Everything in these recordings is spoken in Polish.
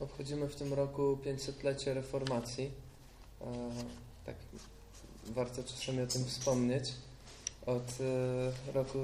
Obchodzimy w tym roku 500-lecie reformacji. Tak warto czasami o tym wspomnieć. Od roku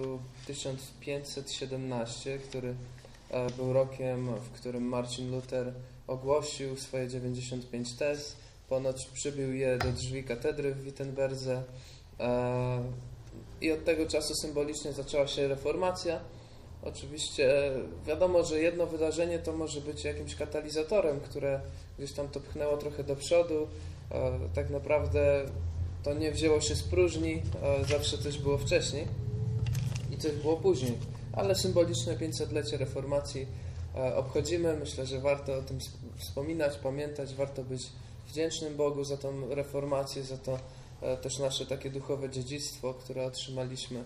1517, który był rokiem, w którym Marcin Luther ogłosił swoje 95 tez. Ponoć przybił je do drzwi katedry w Wittenberdze. I od tego czasu symbolicznie zaczęła się reformacja. Oczywiście wiadomo, że jedno wydarzenie to może być jakimś katalizatorem, które gdzieś tam to pchnęło trochę do przodu. Tak naprawdę to nie wzięło się z próżni, zawsze coś było wcześniej i coś było później. Ale symboliczne 500-lecie reformacji obchodzimy. Myślę, że warto o tym wspominać, pamiętać, warto być wdzięcznym Bogu za tą reformację, za to też nasze takie duchowe dziedzictwo, które otrzymaliśmy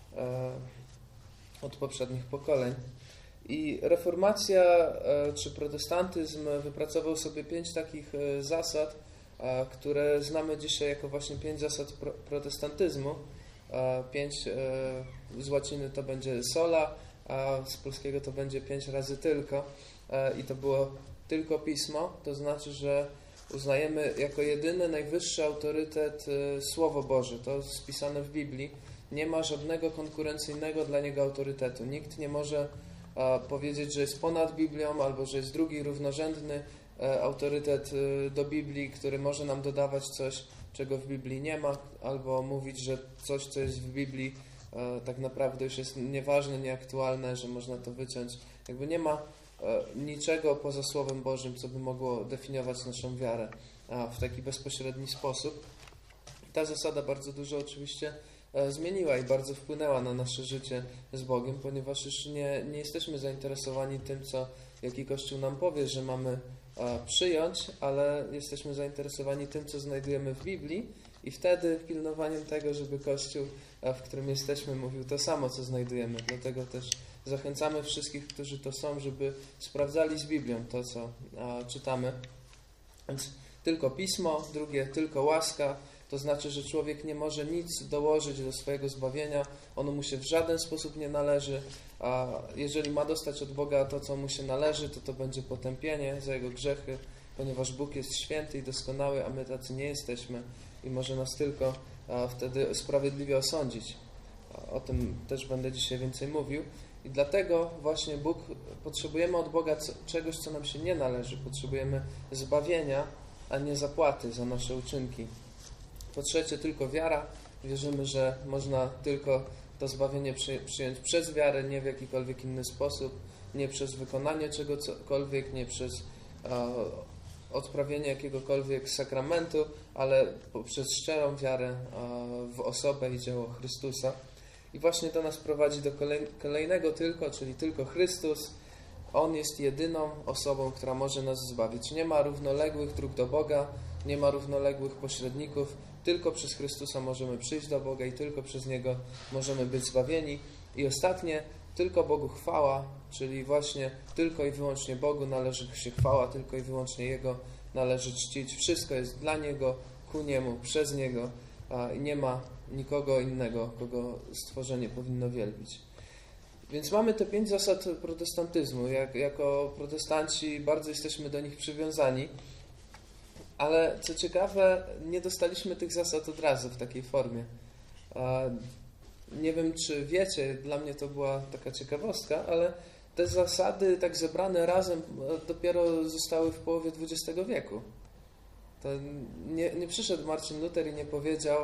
od poprzednich pokoleń. I reformacja czy protestantyzm wypracował sobie 5 takich zasad, które znamy dzisiaj jako właśnie 5 zasad protestantyzmu. 5 z łaciny to będzie sola, a z polskiego to będzie 5 razy tylko. I to było tylko Pismo, to znaczy, że uznajemy jako jedyny, najwyższy autorytet Słowo Boże. To jest spisane w Biblii. Nie ma żadnego konkurencyjnego dla niego autorytetu. Nikt nie może powiedzieć, że jest ponad Biblią, albo że jest drugi, równorzędny autorytet do Biblii, który może nam dodawać coś, czego w Biblii nie ma, albo mówić, że coś, co jest w Biblii, tak naprawdę już jest nieważne, nieaktualne, że można to wyciąć. Jakby nie ma niczego poza Słowem Bożym, co by mogło definiować naszą wiarę w taki bezpośredni sposób. Ta zasada bardzo dużo oczywiście zmieniła i bardzo wpłynęła na nasze życie z Bogiem, ponieważ już nie jesteśmy zainteresowani tym, jaki Kościół nam powie, że mamy przyjąć, ale jesteśmy zainteresowani tym, co znajdujemy w Biblii i wtedy pilnowaniem tego, żeby Kościół, w którym jesteśmy, mówił to samo, co znajdujemy. Dlatego też zachęcamy wszystkich, którzy to są, żeby sprawdzali z Biblią to, co czytamy. Więc tylko Pismo, drugie tylko łaska. To znaczy, że człowiek nie może nic dołożyć do swojego zbawienia. Ono mu się w żaden sposób nie należy. A jeżeli ma dostać od Boga to, co mu się należy, to będzie potępienie za jego grzechy, ponieważ Bóg jest święty i doskonały, a my tacy nie jesteśmy i może nas tylko wtedy sprawiedliwie osądzić. O tym też będę dzisiaj więcej mówił. I dlatego właśnie potrzebujemy od Boga czegoś, co nam się nie należy. Potrzebujemy zbawienia, a nie zapłaty za nasze uczynki. Po trzecie, tylko wiara. Wierzymy, że można tylko to zbawienie przyjąć przez wiarę, nie w jakikolwiek inny sposób, nie przez wykonanie czegokolwiek, nie przez odprawienie jakiegokolwiek sakramentu, ale poprzez szczerą wiarę w osobę i dzieło Chrystusa. I właśnie to nas prowadzi do kolejnego tylko, czyli tylko Chrystus. On jest jedyną osobą, która może nas zbawić. Nie ma równoległych dróg do Boga, nie ma równoległych pośredników. Tylko przez Chrystusa możemy przyjść do Boga i tylko przez Niego możemy być zbawieni. I ostatnie, tylko Bogu chwała, czyli właśnie tylko i wyłącznie Bogu należy się chwała, tylko i wyłącznie Jego należy czcić. Wszystko jest dla Niego, ku Niemu, przez Niego i nie ma nikogo innego, kogo stworzenie powinno wielbić. Więc mamy te 5 zasad protestantyzmu. Jako protestanci bardzo jesteśmy do nich przywiązani. Ale co ciekawe, nie dostaliśmy tych zasad od razu w takiej formie. Nie wiem, czy wiecie, dla mnie to była taka ciekawostka, ale te zasady tak zebrane razem dopiero zostały w połowie XX wieku. To nie przyszedł Marcin Luther i nie powiedział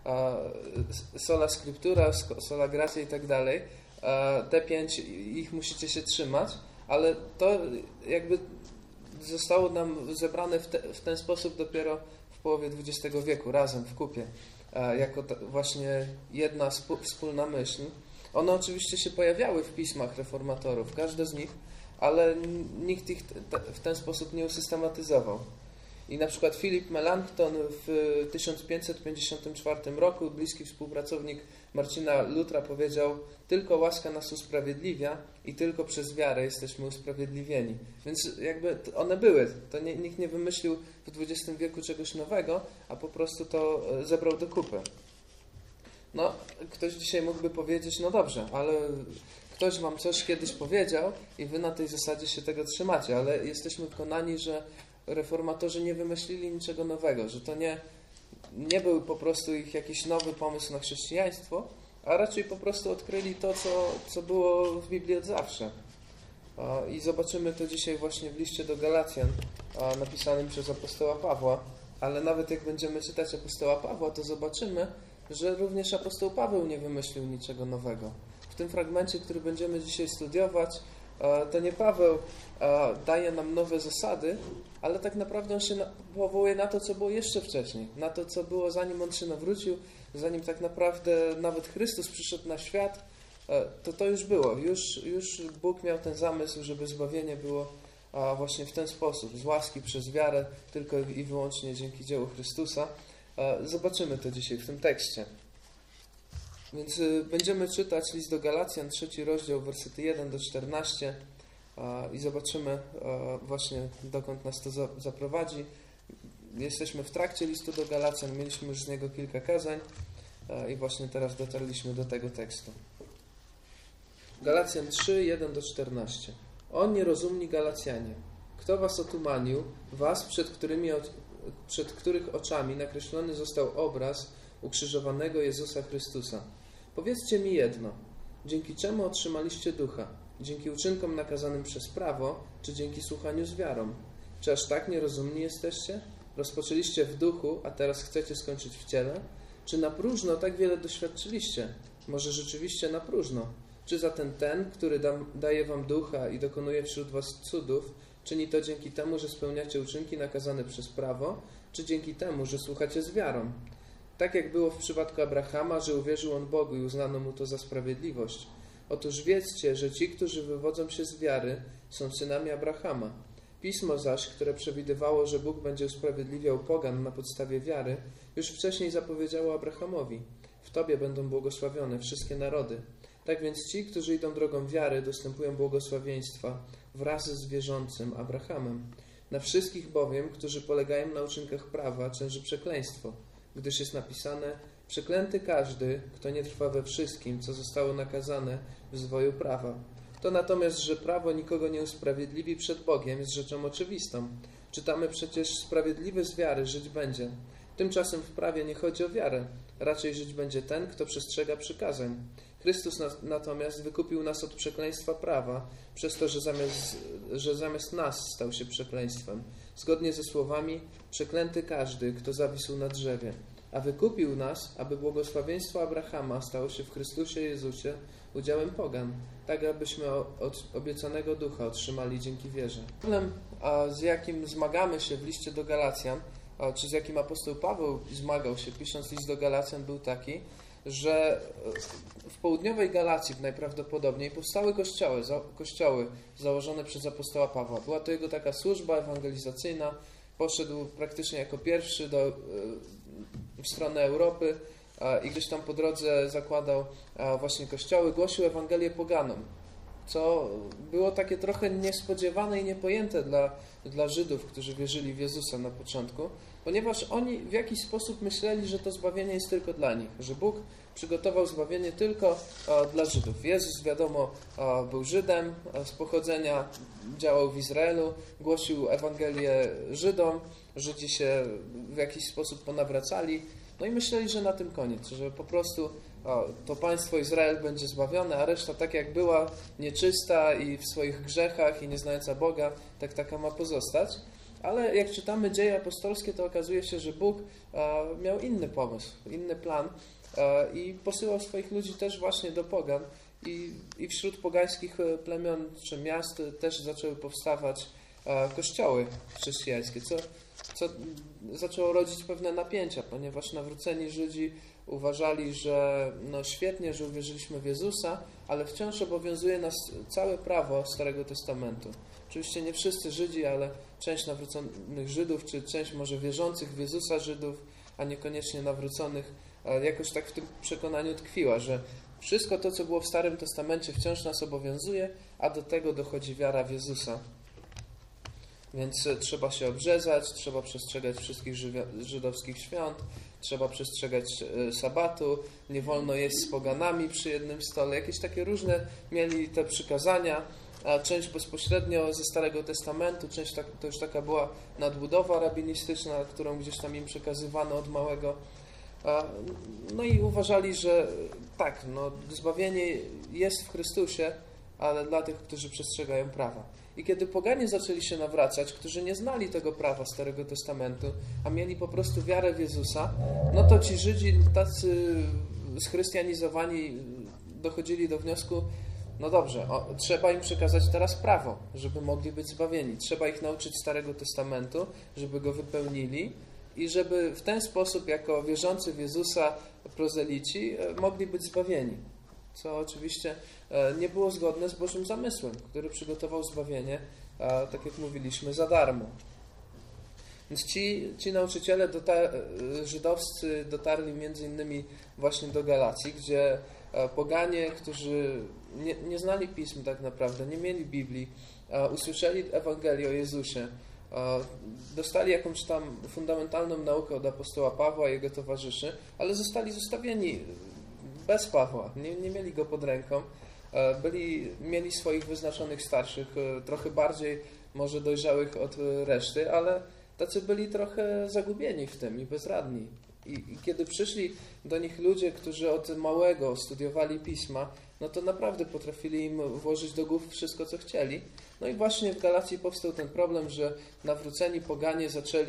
sola scriptura, sola gratia i tak dalej. Te 5, ich musicie się trzymać, ale to jakby zostało nam zebrane w ten sposób dopiero w połowie XX wieku, razem, w kupie, jako właśnie jedna wspólna myśl. One oczywiście się pojawiały w pismach reformatorów, każde z nich, ale nikt ich w ten sposób nie usystematyzował. I na przykład Philip Melanchthon w 1554 roku, bliski współpracownik Marcina Lutra, powiedział: tylko łaska nas usprawiedliwia i tylko przez wiarę jesteśmy usprawiedliwieni. Więc jakby one były. To nikt nie wymyślił w XX wieku czegoś nowego, a po prostu to zebrał do kupy. No, ktoś dzisiaj mógłby powiedzieć: no dobrze, ale ktoś wam coś kiedyś powiedział i wy na tej zasadzie się tego trzymacie, ale jesteśmy przekonani, że reformatorzy nie wymyślili niczego nowego, że to nie był po prostu ich jakiś nowy pomysł na chrześcijaństwo, a raczej po prostu odkryli to, co było w Biblii od zawsze. I zobaczymy to dzisiaj właśnie w liście do Galacjan, napisanym przez apostoła Pawła, ale nawet jak będziemy czytać apostoła Pawła, to zobaczymy, że również apostoł Paweł nie wymyślił niczego nowego. W tym fragmencie, który będziemy dzisiaj studiować, to nie Paweł daje nam nowe zasady, ale tak naprawdę on się powołuje na to, co było jeszcze wcześniej, na to, co było zanim on się nawrócił, zanim tak naprawdę nawet Chrystus przyszedł na świat, to już było. Już Bóg miał ten zamysł, żeby zbawienie było właśnie w ten sposób, z łaski przez wiarę, tylko i wyłącznie dzięki dziełu Chrystusa. Zobaczymy to dzisiaj w tym tekście. Więc będziemy czytać list do Galacjan, 3 rozdział, wersety 1 do 14 i zobaczymy właśnie, dokąd nas to zaprowadzi. Jesteśmy w trakcie listu do Galacjan, mieliśmy już z niego kilka kazań i właśnie teraz dotarliśmy do tego tekstu. Galacjan 3, 1 do 14. O nierozumni Galacjanie, kto was otumanił, was, przed których oczami nakreślony został obraz ukrzyżowanego Jezusa Chrystusa. Powiedzcie mi jedno, dzięki czemu otrzymaliście ducha? Dzięki uczynkom nakazanym przez prawo, czy dzięki słuchaniu z wiarą? Czy aż tak nierozumni jesteście? Rozpoczęliście w duchu, a teraz chcecie skończyć w ciele? Czy na próżno tak wiele doświadczyliście? Może rzeczywiście na próżno? Czy zatem ten, który daje wam ducha i dokonuje wśród was cudów, czyni to dzięki temu, że spełniacie uczynki nakazane przez prawo, czy dzięki temu, że słuchacie z wiarą? Tak jak było w przypadku Abrahama, że uwierzył on Bogu i uznano mu to za sprawiedliwość. Otóż wiedzcie, że ci, którzy wywodzą się z wiary, są synami Abrahama. Pismo zaś, które przewidywało, że Bóg będzie usprawiedliwiał pogan na podstawie wiary, już wcześniej zapowiedziało Abrahamowi: w Tobie będą błogosławione wszystkie narody. Tak więc ci, którzy idą drogą wiary, dostępują błogosławieństwa wraz z wierzącym Abrahamem. Na wszystkich bowiem, którzy polegają na uczynkach prawa, ciąży przekleństwo, gdyż jest napisane: przeklęty każdy, kto nie trwa we wszystkim, co zostało nakazane w zwoju prawa. To natomiast, że prawo nikogo nie usprawiedliwi przed Bogiem, jest rzeczą oczywistą. Czytamy przecież: sprawiedliwy z wiary żyć będzie. Tymczasem w prawie nie chodzi o wiarę, raczej żyć będzie ten, kto przestrzega przykazań. Chrystus natomiast wykupił nas od przekleństwa prawa, przez to, że zamiast nas stał się przekleństwem. Zgodnie ze słowami: przeklęty każdy, kto zawisł na drzewie. A wykupił nas, aby błogosławieństwo Abrahama stało się w Chrystusie Jezusie udziałem pogan, tak abyśmy od obiecanego ducha otrzymali dzięki wierze. Problem, z jakim zmagamy się w liście do Galacjan, czy z jakim apostoł Paweł zmagał się, pisząc list do Galacjan, był taki, że w południowej Galacji najprawdopodobniej powstały kościoły założone przez apostoła Pawła. Była to jego taka służba ewangelizacyjna. Poszedł praktycznie jako pierwszy w stronę Europy i gdzieś tam po drodze zakładał właśnie kościoły, głosił Ewangelię poganom, co było takie trochę niespodziewane i niepojęte dla Żydów, którzy wierzyli w Jezusa na początku, ponieważ oni w jakiś sposób myśleli, że to zbawienie jest tylko dla nich, że Bóg przygotował zbawienie tylko dla Żydów. Jezus, wiadomo, był Żydem z pochodzenia, działał w Izraelu, głosił Ewangelię Żydom, Żydzi się w jakiś sposób ponawracali, no i myśleli, że na tym koniec, że po prostu to państwo Izrael będzie zbawione, a reszta tak jak była, nieczysta i w swoich grzechach i nieznająca Boga, tak taka ma pozostać. Ale jak czytamy dzieje apostolskie, to okazuje się, że Bóg miał inny pomysł, inny plan i posyłał swoich ludzi też właśnie do pogan i wśród pogańskich plemion czy miast też zaczęły powstawać kościoły chrześcijańskie, co zaczęło rodzić pewne napięcia, ponieważ nawróceni Żydzi uważali, że no świetnie, że uwierzyliśmy w Jezusa, ale wciąż obowiązuje nas całe prawo Starego Testamentu. Oczywiście nie wszyscy Żydzi, ale część nawróconych Żydów, czy część może wierzących w Jezusa Żydów, a niekoniecznie nawróconych, jakoś tak w tym przekonaniu tkwiła, że wszystko to, co było w Starym Testamencie, wciąż nas obowiązuje, a do tego dochodzi wiara w Jezusa. Więc trzeba się obrzezać, trzeba przestrzegać wszystkich żydowskich świąt, trzeba przestrzegać sabatu, nie wolno jeść z poganami przy jednym stole. Jakieś takie różne mieli te przykazania, a część bezpośrednio ze Starego Testamentu, część to już taka była nadbudowa rabinistyczna, którą gdzieś tam im przekazywano od małego. No i uważali, że tak, zbawienie jest w Chrystusie, ale dla tych, którzy przestrzegają prawa. I kiedy poganie zaczęli się nawracać, którzy nie znali tego prawa Starego Testamentu, a mieli po prostu wiarę w Jezusa, no to ci Żydzi tacy schrystianizowani dochodzili do wniosku, no dobrze, trzeba im przekazać teraz prawo, żeby mogli być zbawieni. Trzeba ich nauczyć Starego Testamentu, żeby go wypełnili i żeby w ten sposób, jako wierzący w Jezusa prozelici, mogli być zbawieni. Co oczywiście nie było zgodne z Bożym zamysłem, który przygotował zbawienie, tak jak mówiliśmy, za darmo. Więc ci nauczyciele żydowscy dotarli między innymi właśnie do Galacji, gdzie poganie, którzy nie znali Pism tak naprawdę, nie mieli Biblii, usłyszeli Ewangelię o Jezusie, dostali jakąś tam fundamentalną naukę od apostoła Pawła i jego towarzyszy, ale zostali zostawieni bez Pawła, nie mieli go pod ręką, mieli swoich wyznaczonych starszych, trochę bardziej może dojrzałych od reszty, ale tacy byli trochę zagubieni w tym i bezradni. I kiedy przyszli do nich ludzie, którzy od małego studiowali Pisma, no to naprawdę potrafili im włożyć do głów wszystko, co chcieli. No i właśnie w Galacji powstał ten problem, że nawróceni poganie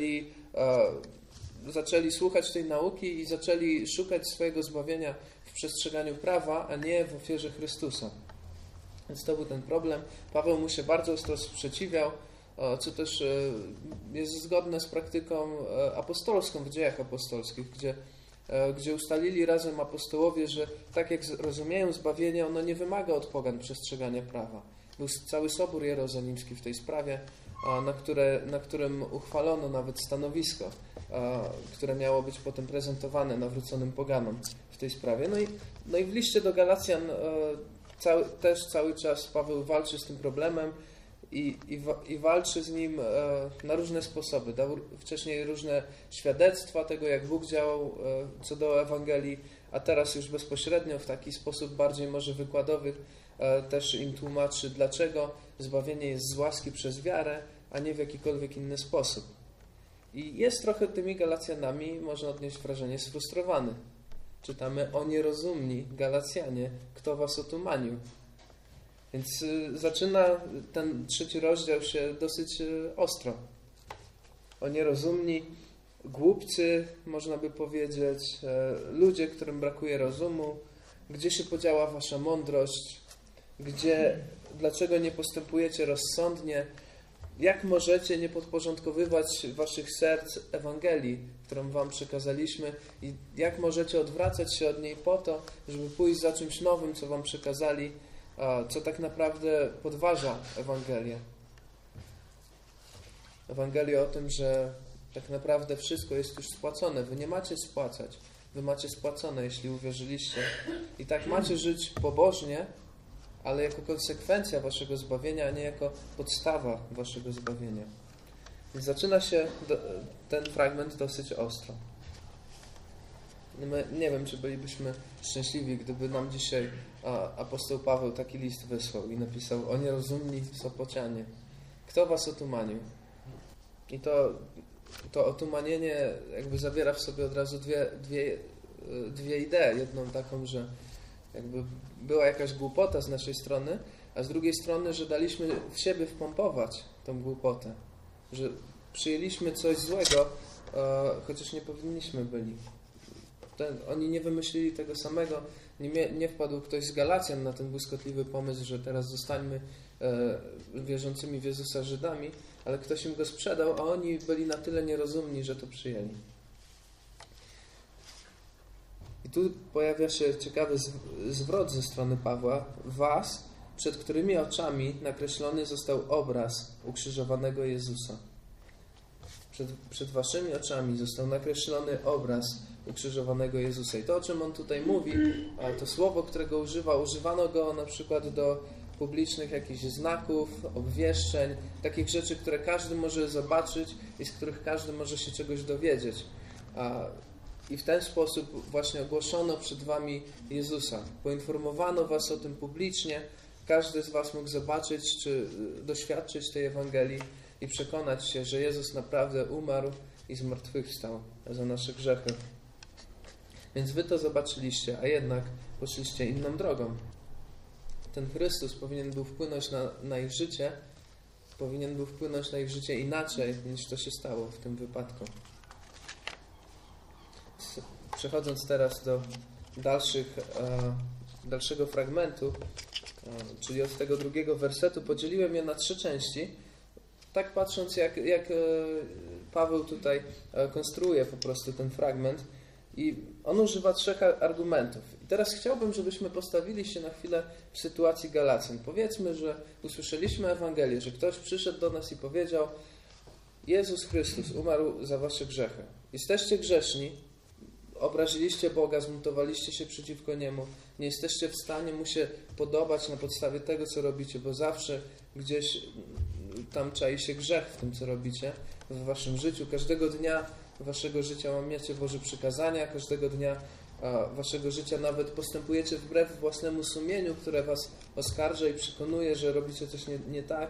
zaczęli słuchać tej nauki i zaczęli szukać swojego zbawienia w przestrzeganiu prawa, a nie w ofierze Chrystusa. Więc to był ten problem. Paweł mu się bardzo ostro sprzeciwiał, co też jest zgodne z praktyką apostolską w dziejach apostolskich, gdzie ustalili razem apostołowie, że tak jak rozumieją zbawienie, ono nie wymaga od pogan przestrzegania prawa. Był cały Sobór Jerozolimski w tej sprawie, na którym uchwalono nawet stanowisko, które miało być potem prezentowane nawróconym poganom w tej sprawie. No i w liście do Galacjan też cały czas Paweł walczy z tym problemem i walczy z nim na różne sposoby. Dał wcześniej różne świadectwa tego, jak Bóg działał co do Ewangelii, a teraz już bezpośrednio w taki sposób bardziej może wykładowy też im tłumaczy, dlaczego zbawienie jest z łaski przez wiarę, a nie w jakikolwiek inny sposób. I jest trochę tymi Galacjanami, można odnieść wrażenie, sfrustrowany. Czytamy: o nierozumni Galacjanie, kto was otumanił? Więc zaczyna ten 3 rozdział się dosyć ostro. O nierozumni, głupcy, można by powiedzieć, ludzie, którym brakuje rozumu, gdzie się podziała wasza mądrość, dlaczego nie postępujecie rozsądnie, jak możecie nie podporządkowywać waszych serc Ewangelii, którą wam przekazaliśmy, i jak możecie odwracać się od niej po to, żeby pójść za czymś nowym, co wam przekazali, co tak naprawdę podważa Ewangelię. Ewangelię o tym, że tak naprawdę wszystko jest już spłacone. Wy nie macie spłacać. Wy macie spłacone, jeśli uwierzyliście. I tak macie żyć pobożnie, ale jako konsekwencja waszego zbawienia, a nie jako podstawa waszego zbawienia. Więc zaczyna się ten fragment dosyć ostro. My nie wiem, czy bylibyśmy szczęśliwi, gdyby nam dzisiaj apostoł Paweł taki list wysłał i napisał: o nierozumni Sopocianie, kto was otumanił? I to otumanienie jakby zawiera w sobie od razu dwie idee. Jedną taką, że jakby była jakaś głupota z naszej strony, a z drugiej strony, że daliśmy w siebie wpompować tą głupotę. Że przyjęliśmy coś złego, chociaż nie powinniśmy byli. Oni nie wymyślili tego samego. Nie wpadł ktoś z Galacjan na ten błyskotliwy pomysł, że teraz zostańmy wierzącymi w Jezusa Żydami, ale ktoś im go sprzedał, a oni byli na tyle nierozumni, że to przyjęli. I tu pojawia się ciekawy zwrot ze strony Pawła. Was, przed którymi oczami nakreślony został obraz ukrzyżowanego Jezusa. Przed waszymi oczami został nakreślony obraz ukrzyżowanego Jezusa. I to, o czym on tutaj mówi, to słowo, którego używano go na przykład do publicznych jakichś znaków, obwieszczeń, takich rzeczy, które każdy może zobaczyć i z których każdy może się czegoś dowiedzieć. I w ten sposób właśnie ogłoszono przed wami Jezusa. Poinformowano was o tym publicznie. Każdy z was mógł zobaczyć, czy doświadczyć tej Ewangelii i przekonać się, że Jezus naprawdę umarł i zmartwychwstał za nasze grzechy. Więc wy to zobaczyliście, a jednak poszliście inną drogą. Ten Chrystus powinien był wpłynąć na ich życie, powinien był wpłynąć na ich życie inaczej, niż to się stało w tym wypadku. Przechodząc teraz do dalszego fragmentu, czyli od tego 2 wersetu, podzieliłem je na 3 części, tak patrząc jak Paweł tutaj konstruuje po prostu ten fragment i on używa 3 argumentów. I teraz chciałbym, żebyśmy postawili się na chwilę w sytuacji Galacjan. Powiedzmy, że usłyszeliśmy Ewangelię, że ktoś przyszedł do nas i powiedział: Jezus Chrystus umarł za wasze grzechy. Jesteście grzeszni, obraziliście Boga, zbuntowaliście się przeciwko Niemu, nie jesteście w stanie Mu się podobać na podstawie tego, co robicie, bo zawsze gdzieś tam czai się grzech w tym, co robicie w waszym życiu. Każdego dnia waszego życia łamiecie Boże przykazania, każdego dnia waszego życia nawet postępujecie wbrew własnemu sumieniu, które was oskarża i przekonuje, że robicie coś nie tak.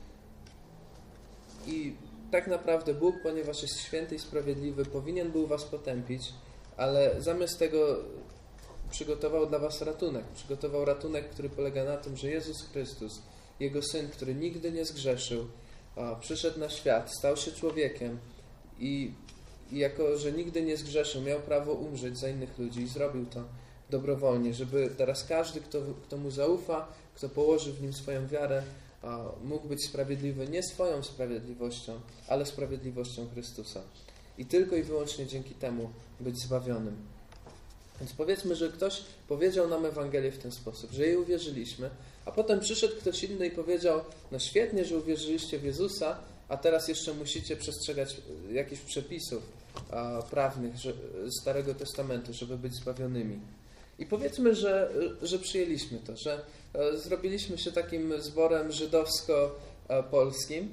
I tak naprawdę Bóg, ponieważ jest święty i sprawiedliwy, powinien był was potępić, ale zamiast tego przygotował dla was ratunek. Przygotował ratunek, który polega na tym, że Jezus Chrystus, Jego Syn, który nigdy nie zgrzeszył, przyszedł na świat, stał się człowiekiem i jako, że nigdy nie zgrzeszył, miał prawo umrzeć za innych ludzi i zrobił to dobrowolnie, żeby teraz każdy, kto Mu zaufa, kto położy w Nim swoją wiarę, mógł być sprawiedliwy nie swoją sprawiedliwością, ale sprawiedliwością Chrystusa. I tylko i wyłącznie dzięki temu być zbawionym. Więc powiedzmy, że ktoś powiedział nam Ewangelię w ten sposób, że jej uwierzyliśmy, a potem przyszedł ktoś inny i powiedział: no świetnie, że uwierzyliście w Jezusa, a teraz jeszcze musicie przestrzegać jakichś przepisów prawnych Starego Testamentu, żeby być zbawionymi. I powiedzmy, że przyjęliśmy to, że zrobiliśmy się takim zborem żydowsko-polskim.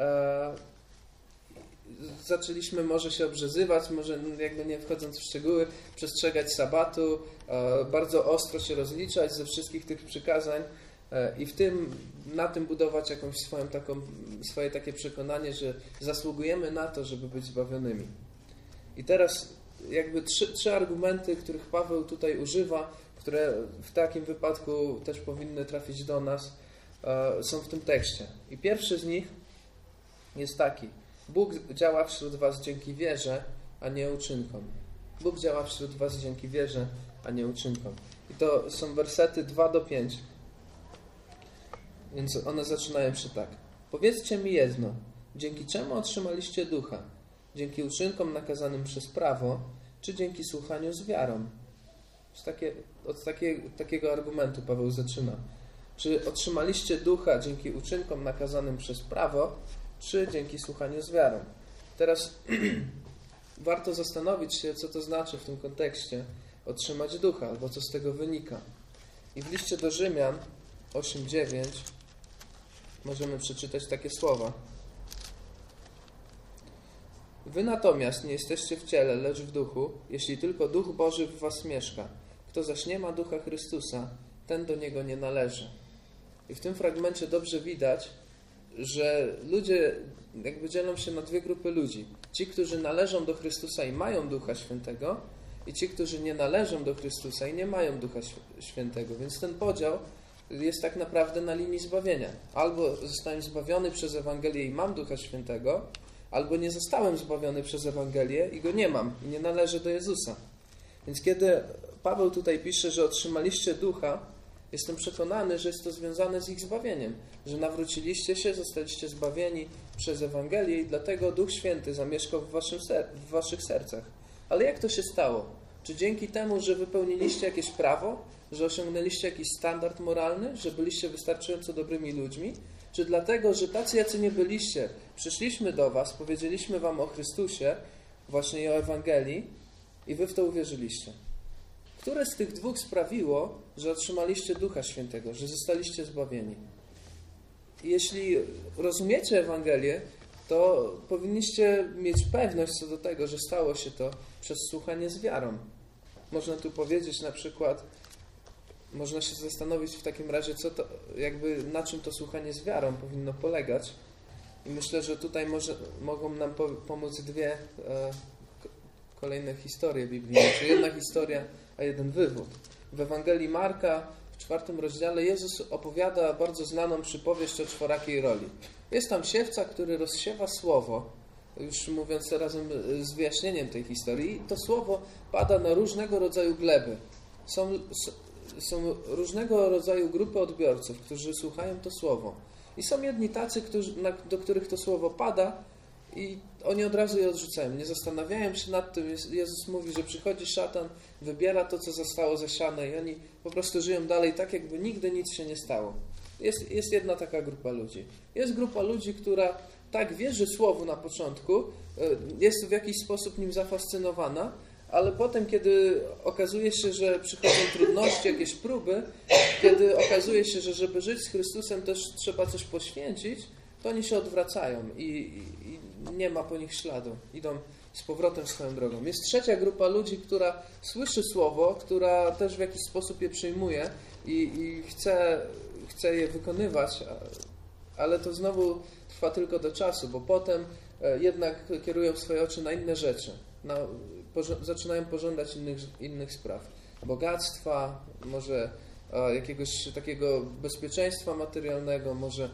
Zaczęliśmy może się obrzezywać, może jakby nie wchodząc w szczegóły, przestrzegać sabatu, bardzo ostro się rozliczać ze wszystkich tych przykazań i na tym budować jakąś swoje takie przekonanie, że zasługujemy na to, żeby być zbawionymi. I teraz jakby trzy argumenty, których Paweł tutaj używa, które w takim wypadku też powinny trafić do nas, są w tym tekście. I pierwszy z nich jest taki: Bóg działa wśród was dzięki wierze, a nie uczynkom. Bóg działa wśród was dzięki wierze, a nie uczynkom. I to są wersety 2-5. Więc one zaczynają się tak. Powiedzcie mi jedno. Dzięki czemu otrzymaliście ducha? Dzięki uczynkom nakazanym przez prawo, czy dzięki słuchaniu z wiarą? Od takiego argumentu Paweł zaczyna. Czy otrzymaliście ducha dzięki uczynkom nakazanym przez prawo, czy dzięki słuchaniu z wiarą? Teraz warto zastanowić się, co to znaczy w tym kontekście otrzymać ducha, albo co z tego wynika. I w liście do Rzymian 8:9 możemy przeczytać takie słowa. Wy natomiast nie jesteście w ciele, lecz w duchu, jeśli tylko Duch Boży w was mieszka. Kto zaś nie ma Ducha Chrystusa, ten do Niego nie należy. I w tym fragmencie dobrze widać, że ludzie jakby dzielą się na 2 grupy ludzi. Ci, którzy należą do Chrystusa i mają Ducha Świętego, i ci, którzy nie należą do Chrystusa i nie mają Ducha Świętego. Więc ten podział jest tak naprawdę na linii zbawienia. Albo zostałem zbawiony przez Ewangelię i mam Ducha Świętego, albo nie zostałem zbawiony przez Ewangelię i go nie mam i nie należę do Jezusa. Więc kiedy Paweł tutaj pisze, że otrzymaliście Ducha, jestem przekonany, że jest to związane z ich zbawieniem, że nawróciliście się, zostaliście zbawieni przez Ewangelię i dlatego Duch Święty zamieszkał w waszych sercach. Ale jak to się stało? Czy dzięki temu, że wypełniliście jakieś prawo, że osiągnęliście jakiś standard moralny, że byliście wystarczająco dobrymi ludźmi? Czy dlatego, że tacy, jacy nie byliście, przyszliśmy do was, powiedzieliśmy wam o Chrystusie, właśnie i o Ewangelii i wy w to uwierzyliście? Które z tych 2 sprawiło, że otrzymaliście Ducha Świętego, że zostaliście zbawieni? I jeśli rozumiecie Ewangelię, to powinniście mieć pewność co do tego, że stało się to przez słuchanie z wiarą. Można tu powiedzieć na przykład, można się zastanowić w takim razie, na czym to słuchanie z wiarą powinno polegać. I myślę, że tutaj mogą nam pomóc dwie kolejne historie biblijne, czy jedna historia, a jeden wywód. W Ewangelii Marka w 4 rozdziale Jezus opowiada bardzo znaną przypowieść o czworakiej roli. Jest tam siewca, który rozsiewa słowo, już mówiąc razem z wyjaśnieniem tej historii, to słowo pada na różnego rodzaju gleby. Są różnego rodzaju grupy odbiorców, którzy słuchają to słowo. I są jedni tacy, do których to słowo pada i oni od razu je odrzucają. Nie zastanawiają się nad tym. Jezus mówi, że przychodzi szatan, wybiera to, co zostało zasiane i oni po prostu żyją dalej tak, jakby nigdy nic się nie stało. Jest jedna taka grupa ludzi. Jest grupa ludzi, która tak wierzy słowu na początku, jest w jakiś sposób nim zafascynowana, ale potem, kiedy okazuje się, że przychodzą trudności, jakieś próby, kiedy okazuje się, że żeby żyć z Chrystusem też trzeba coś poświęcić, to oni się odwracają i nie ma po nich śladu. Idą z powrotem swoją drogą. Jest trzecia grupa ludzi, która słyszy słowo, która też w jakiś sposób je przyjmuje i chce je wykonywać, ale to znowu trwa tylko do czasu, bo potem jednak kierują swoje oczy na inne rzeczy. Zaczynają pożądać innych spraw. Bogactwa, może jakiegoś takiego bezpieczeństwa materialnego, może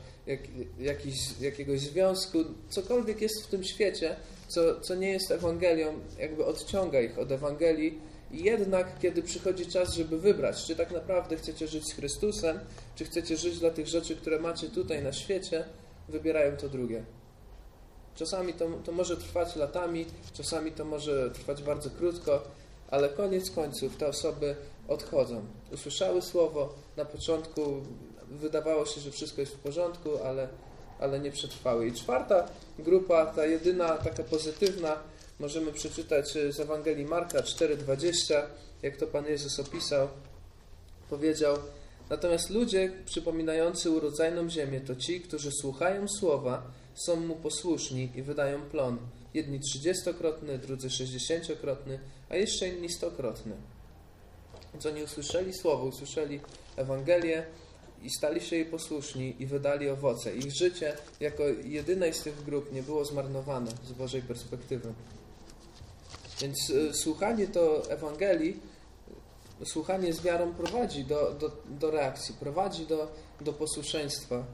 jakiegoś związku. Cokolwiek jest w tym świecie, co nie jest Ewangelią, jakby odciąga ich od Ewangelii. I jednak, kiedy przychodzi czas, żeby wybrać, czy tak naprawdę chcecie żyć z Chrystusem, czy chcecie żyć dla tych rzeczy, które macie tutaj na świecie, wybierają to drugie. Czasami to może trwać latami, czasami to może trwać bardzo krótko, ale koniec końców te osoby odchodzą. Usłyszały słowo, na początku wydawało się, że wszystko jest w porządku, ale nie przetrwały. I czwarta grupa, ta jedyna, taka pozytywna, możemy przeczytać z Ewangelii Marka 4:20, jak to Pan Jezus opisał. Powiedział: natomiast ludzie przypominający urodzajną ziemię to ci, którzy słuchają słowa, są mu posłuszni i wydają plon. Jedni 30-krotny, drudzy 60-krotny, a jeszcze inni 100-krotny. Więc oni usłyszeli słowo, usłyszeli Ewangelię i stali się jej posłuszni i wydali owoce. Ich życie jako jedynej z tych grup nie było zmarnowane z Bożej perspektywy. Więc słuchanie to Ewangelii, słuchanie z wiarą prowadzi do reakcji, prowadzi do posłuszeństwa.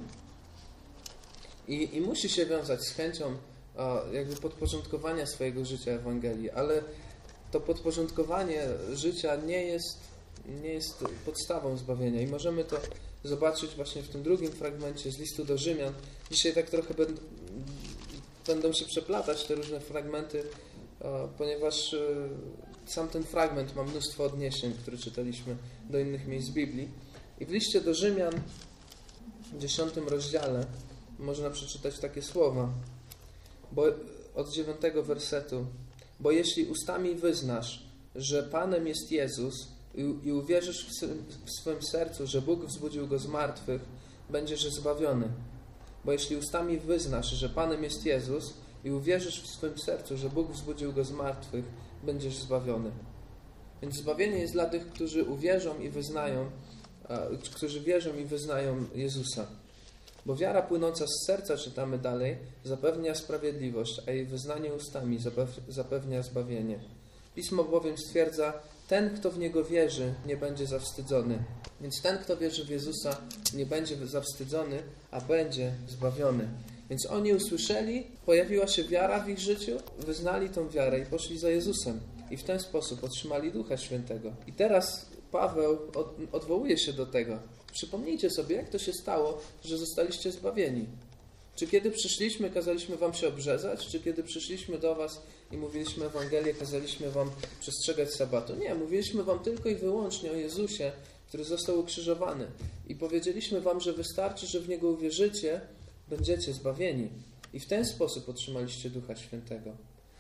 I musi się wiązać z chęcią jakby podporządkowania swojego życia Ewangelii, ale to podporządkowanie życia nie jest podstawą zbawienia. I możemy to zobaczyć właśnie w tym drugim fragmencie z listu do Rzymian. Dzisiaj tak trochę będą się przeplatać te różne fragmenty, ponieważ sam ten fragment ma mnóstwo odniesień, które czytaliśmy do innych miejsc Biblii. I w liście do Rzymian w 10 rozdziale można przeczytać takie słowa, od 9 wersetu. Bo jeśli ustami wyznasz, że Panem jest Jezus i uwierzysz w swym sercu, że Bóg wzbudził Go z martwych, będziesz zbawiony. Bo jeśli ustami wyznasz, że Panem jest Jezus i uwierzysz w swym sercu, że Bóg wzbudził Go z martwych, będziesz zbawiony. Więc zbawienie jest dla tych, którzy uwierzą i wyznają, którzy wierzą i wyznają Jezusa. Bo wiara płynąca z serca, czytamy dalej, zapewnia sprawiedliwość, a jej wyznanie ustami zapewnia zbawienie. Pismo bowiem stwierdza, ten, kto w Niego wierzy, nie będzie zawstydzony. Więc ten, kto wierzy w Jezusa, nie będzie zawstydzony, a będzie zbawiony. Więc oni usłyszeli, pojawiła się wiara w ich życiu, wyznali tą wiarę i poszli za Jezusem. I w ten sposób otrzymali Ducha Świętego. I teraz Paweł odwołuje się do tego. Przypomnijcie sobie, jak to się stało, że zostaliście zbawieni. Czy kiedy przyszliśmy, kazaliśmy wam się obrzezać? Czy kiedy przyszliśmy do was i mówiliśmy Ewangelię, kazaliśmy wam przestrzegać sabatu? Nie, mówiliśmy wam tylko i wyłącznie o Jezusie, który został ukrzyżowany. I powiedzieliśmy wam, że wystarczy, że w Niego uwierzycie, będziecie zbawieni. I w ten sposób otrzymaliście Ducha Świętego.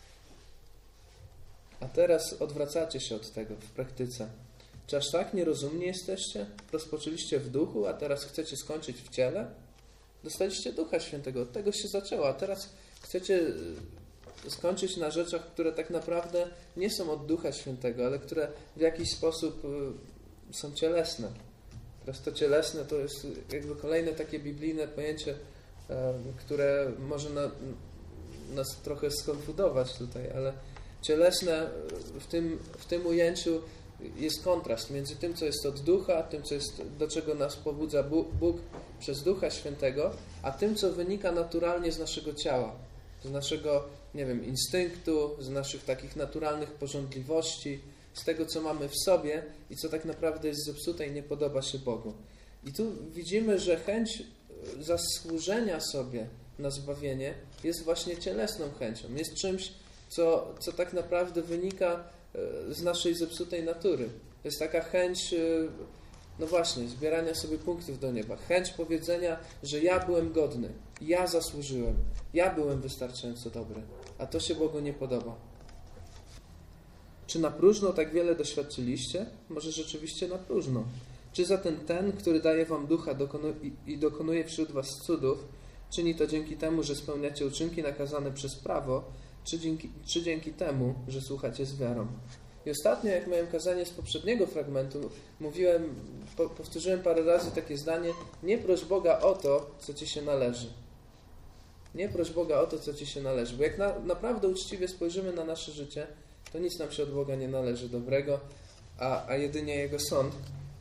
A teraz odwracacie się od tego w praktyce. Czy aż tak nierozumni jesteście? Rozpoczęliście w duchu, a teraz chcecie skończyć w ciele? Dostaliście Ducha Świętego, od tego się zaczęło, a teraz chcecie skończyć na rzeczach, które tak naprawdę nie są od Ducha Świętego, ale które w jakiś sposób są cielesne. Teraz to cielesne to jest jakby kolejne takie biblijne pojęcie, które może nas trochę skonfundować tutaj, ale cielesne w tym ujęciu jest kontrast między tym, co jest od Ducha, tym, co jest, do czego nas pobudza Bóg przez Ducha Świętego, a tym, co wynika naturalnie z naszego ciała, z naszego, nie wiem, instynktu, z naszych takich naturalnych pożądliwości, z tego, co mamy w sobie i co tak naprawdę jest zepsute i nie podoba się Bogu. I tu widzimy, że chęć zasłużenia sobie na zbawienie jest właśnie cielesną chęcią. Jest czymś, co tak naprawdę wynika z naszej zepsutej natury. To jest taka chęć, no właśnie, zbierania sobie punktów do nieba. Chęć powiedzenia, że ja byłem godny, ja zasłużyłem, ja byłem wystarczająco dobry, a to się Bogu nie podoba. Czy na próżno tak wiele doświadczyliście? Może rzeczywiście na próżno. Czy zatem ten, który daje wam ducha i dokonuje wśród was cudów, czyni to dzięki temu, że spełniacie uczynki nakazane przez prawo, czy dzięki temu, że słuchacie z wiarą? I ostatnio, jak miałem kazanie z poprzedniego fragmentu, powtórzyłem parę razy takie zdanie: nie proś Boga o to, co ci się należy. Nie proś Boga o to, co ci się należy. Bo jak naprawdę uczciwie spojrzymy na nasze życie, to nic nam się od Boga nie należy dobrego, a jedynie Jego sąd.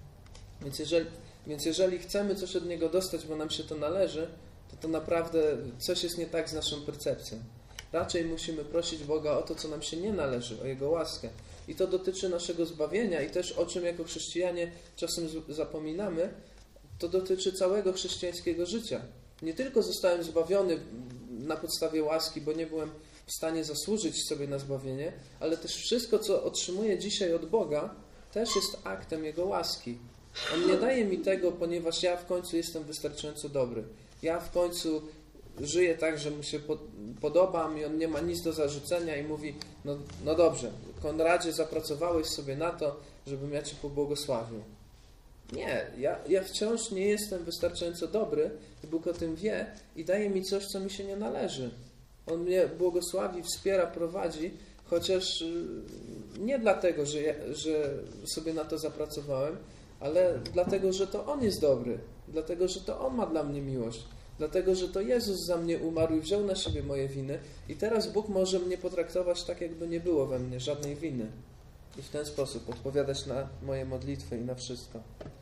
Więc jeżeli chcemy coś od Niego dostać, bo nam się to należy, to naprawdę coś jest nie tak z naszą percepcją. Raczej musimy prosić Boga o to, co nam się nie należy, o Jego łaskę. I to dotyczy naszego zbawienia i też o czym jako chrześcijanie czasem zapominamy, to dotyczy całego chrześcijańskiego życia. Nie tylko zostałem zbawiony na podstawie łaski, bo nie byłem w stanie zasłużyć sobie na zbawienie, ale też wszystko, co otrzymuję dzisiaj od Boga, też jest aktem Jego łaski. On nie daje mi tego, ponieważ ja w końcu jestem wystarczająco dobry. Ja w końcu żyję tak, że mu się podobam i on nie ma nic do zarzucenia i mówi: no dobrze, Konradzie, zapracowałeś sobie na to, żebym ja Cię pobłogosławił. Nie, ja wciąż nie jestem wystarczająco dobry i Bóg o tym wie i daje mi coś, co mi się nie należy. On mnie błogosławi, wspiera, prowadzi, chociaż nie dlatego, że sobie na to zapracowałem, ale dlatego, że to On jest dobry, dlatego, że to On ma dla mnie miłość, dlatego, że to Jezus za mnie umarł i wziął na siebie moje winy i teraz Bóg może mnie potraktować tak, jakby nie było we mnie żadnej winy i w ten sposób odpowiadać na moje modlitwy i na wszystko.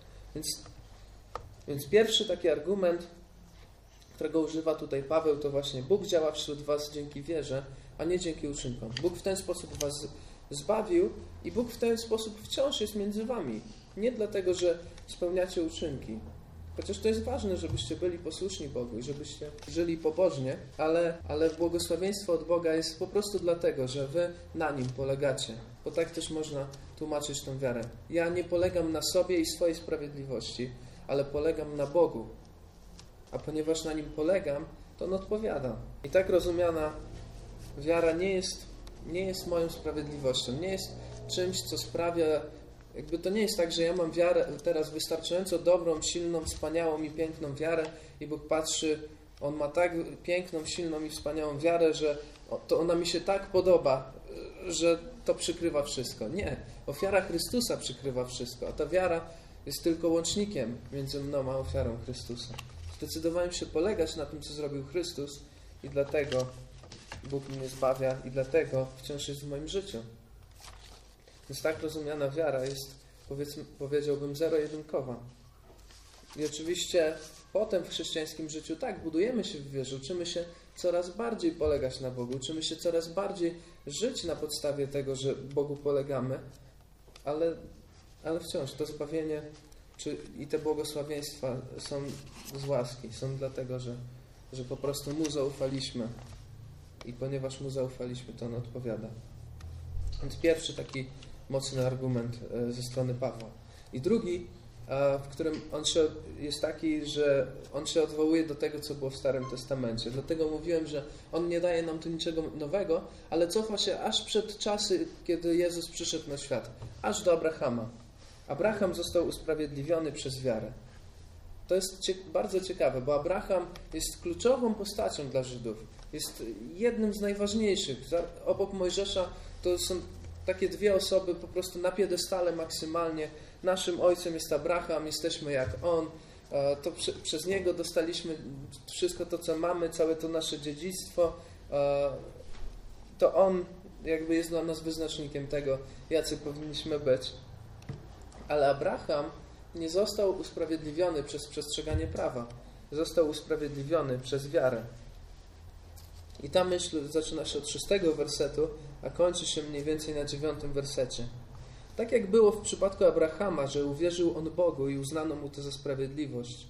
Więc pierwszy taki argument, którego używa tutaj Paweł, to właśnie Bóg działa wśród was dzięki wierze, a nie dzięki uczynkom. Bóg w ten sposób was zbawił i Bóg w ten sposób wciąż jest między wami. Nie dlatego, że spełniacie uczynki. Chociaż to jest ważne, żebyście byli posłuszni Bogu i żebyście żyli pobożnie, ale błogosławieństwo od Boga jest po prostu dlatego, że wy na Nim polegacie. Bo tak też można tłumaczyć tą wiarę. Ja nie polegam na sobie i swojej sprawiedliwości, ale polegam na Bogu. A ponieważ na Nim polegam, to On odpowiada. I tak rozumiana wiara nie jest moją sprawiedliwością. Nie jest czymś, co sprawia... Jakby to nie jest tak, że ja mam wiarę teraz wystarczająco dobrą, silną, wspaniałą i piękną wiarę i Bóg patrzy, On ma tak piękną, silną i wspaniałą wiarę, że to ona mi się tak podoba, że to przykrywa wszystko. Nie. Ofiara Chrystusa przykrywa wszystko, a ta wiara jest tylko łącznikiem między mną a ofiarą Chrystusa. Zdecydowałem się polegać na tym, co zrobił Chrystus i dlatego Bóg mnie zbawia i dlatego wciąż jest w moim życiu. Więc tak rozumiana wiara jest, powiedziałbym, zero-jedynkowa. I oczywiście potem w chrześcijańskim życiu tak, budujemy się w wierze, uczymy się coraz bardziej polegać na Bogu, uczymy się coraz bardziej żyć na podstawie tego, że Bogu polegamy, ale wciąż to zbawienie i te błogosławieństwa są z łaski, są dlatego, że po prostu Mu zaufaliśmy i ponieważ Mu zaufaliśmy, to On odpowiada. Więc pierwszy taki mocny argument ze strony Pawła. I drugi, w którym jest taki, że on się odwołuje do tego, co było w Starym Testamencie. Dlatego mówiłem, że on nie daje nam tu niczego nowego, ale cofa się aż przed czasy, kiedy Jezus przyszedł na świat. Aż do Abrahama. Abraham został usprawiedliwiony przez wiarę. To jest bardzo ciekawe, bo Abraham jest kluczową postacią dla Żydów. jest jednym z najważniejszych. Obok Mojżesza to są takie dwie osoby po prostu na piedestale maksymalnie. Naszym ojcem jest Abraham, jesteśmy jak on. To przez niego dostaliśmy wszystko to, co mamy, całe to nasze dziedzictwo. To on jakby jest dla nas wyznacznikiem tego, jacy powinniśmy być. Ale Abraham nie został usprawiedliwiony przez przestrzeganie prawa. Został usprawiedliwiony przez wiarę. I ta myśl zaczyna się od 6 wersetu, a kończy się mniej więcej na 9 wersecie. Tak jak było w przypadku Abrahama, że uwierzył on Bogu i uznano mu to za sprawiedliwość.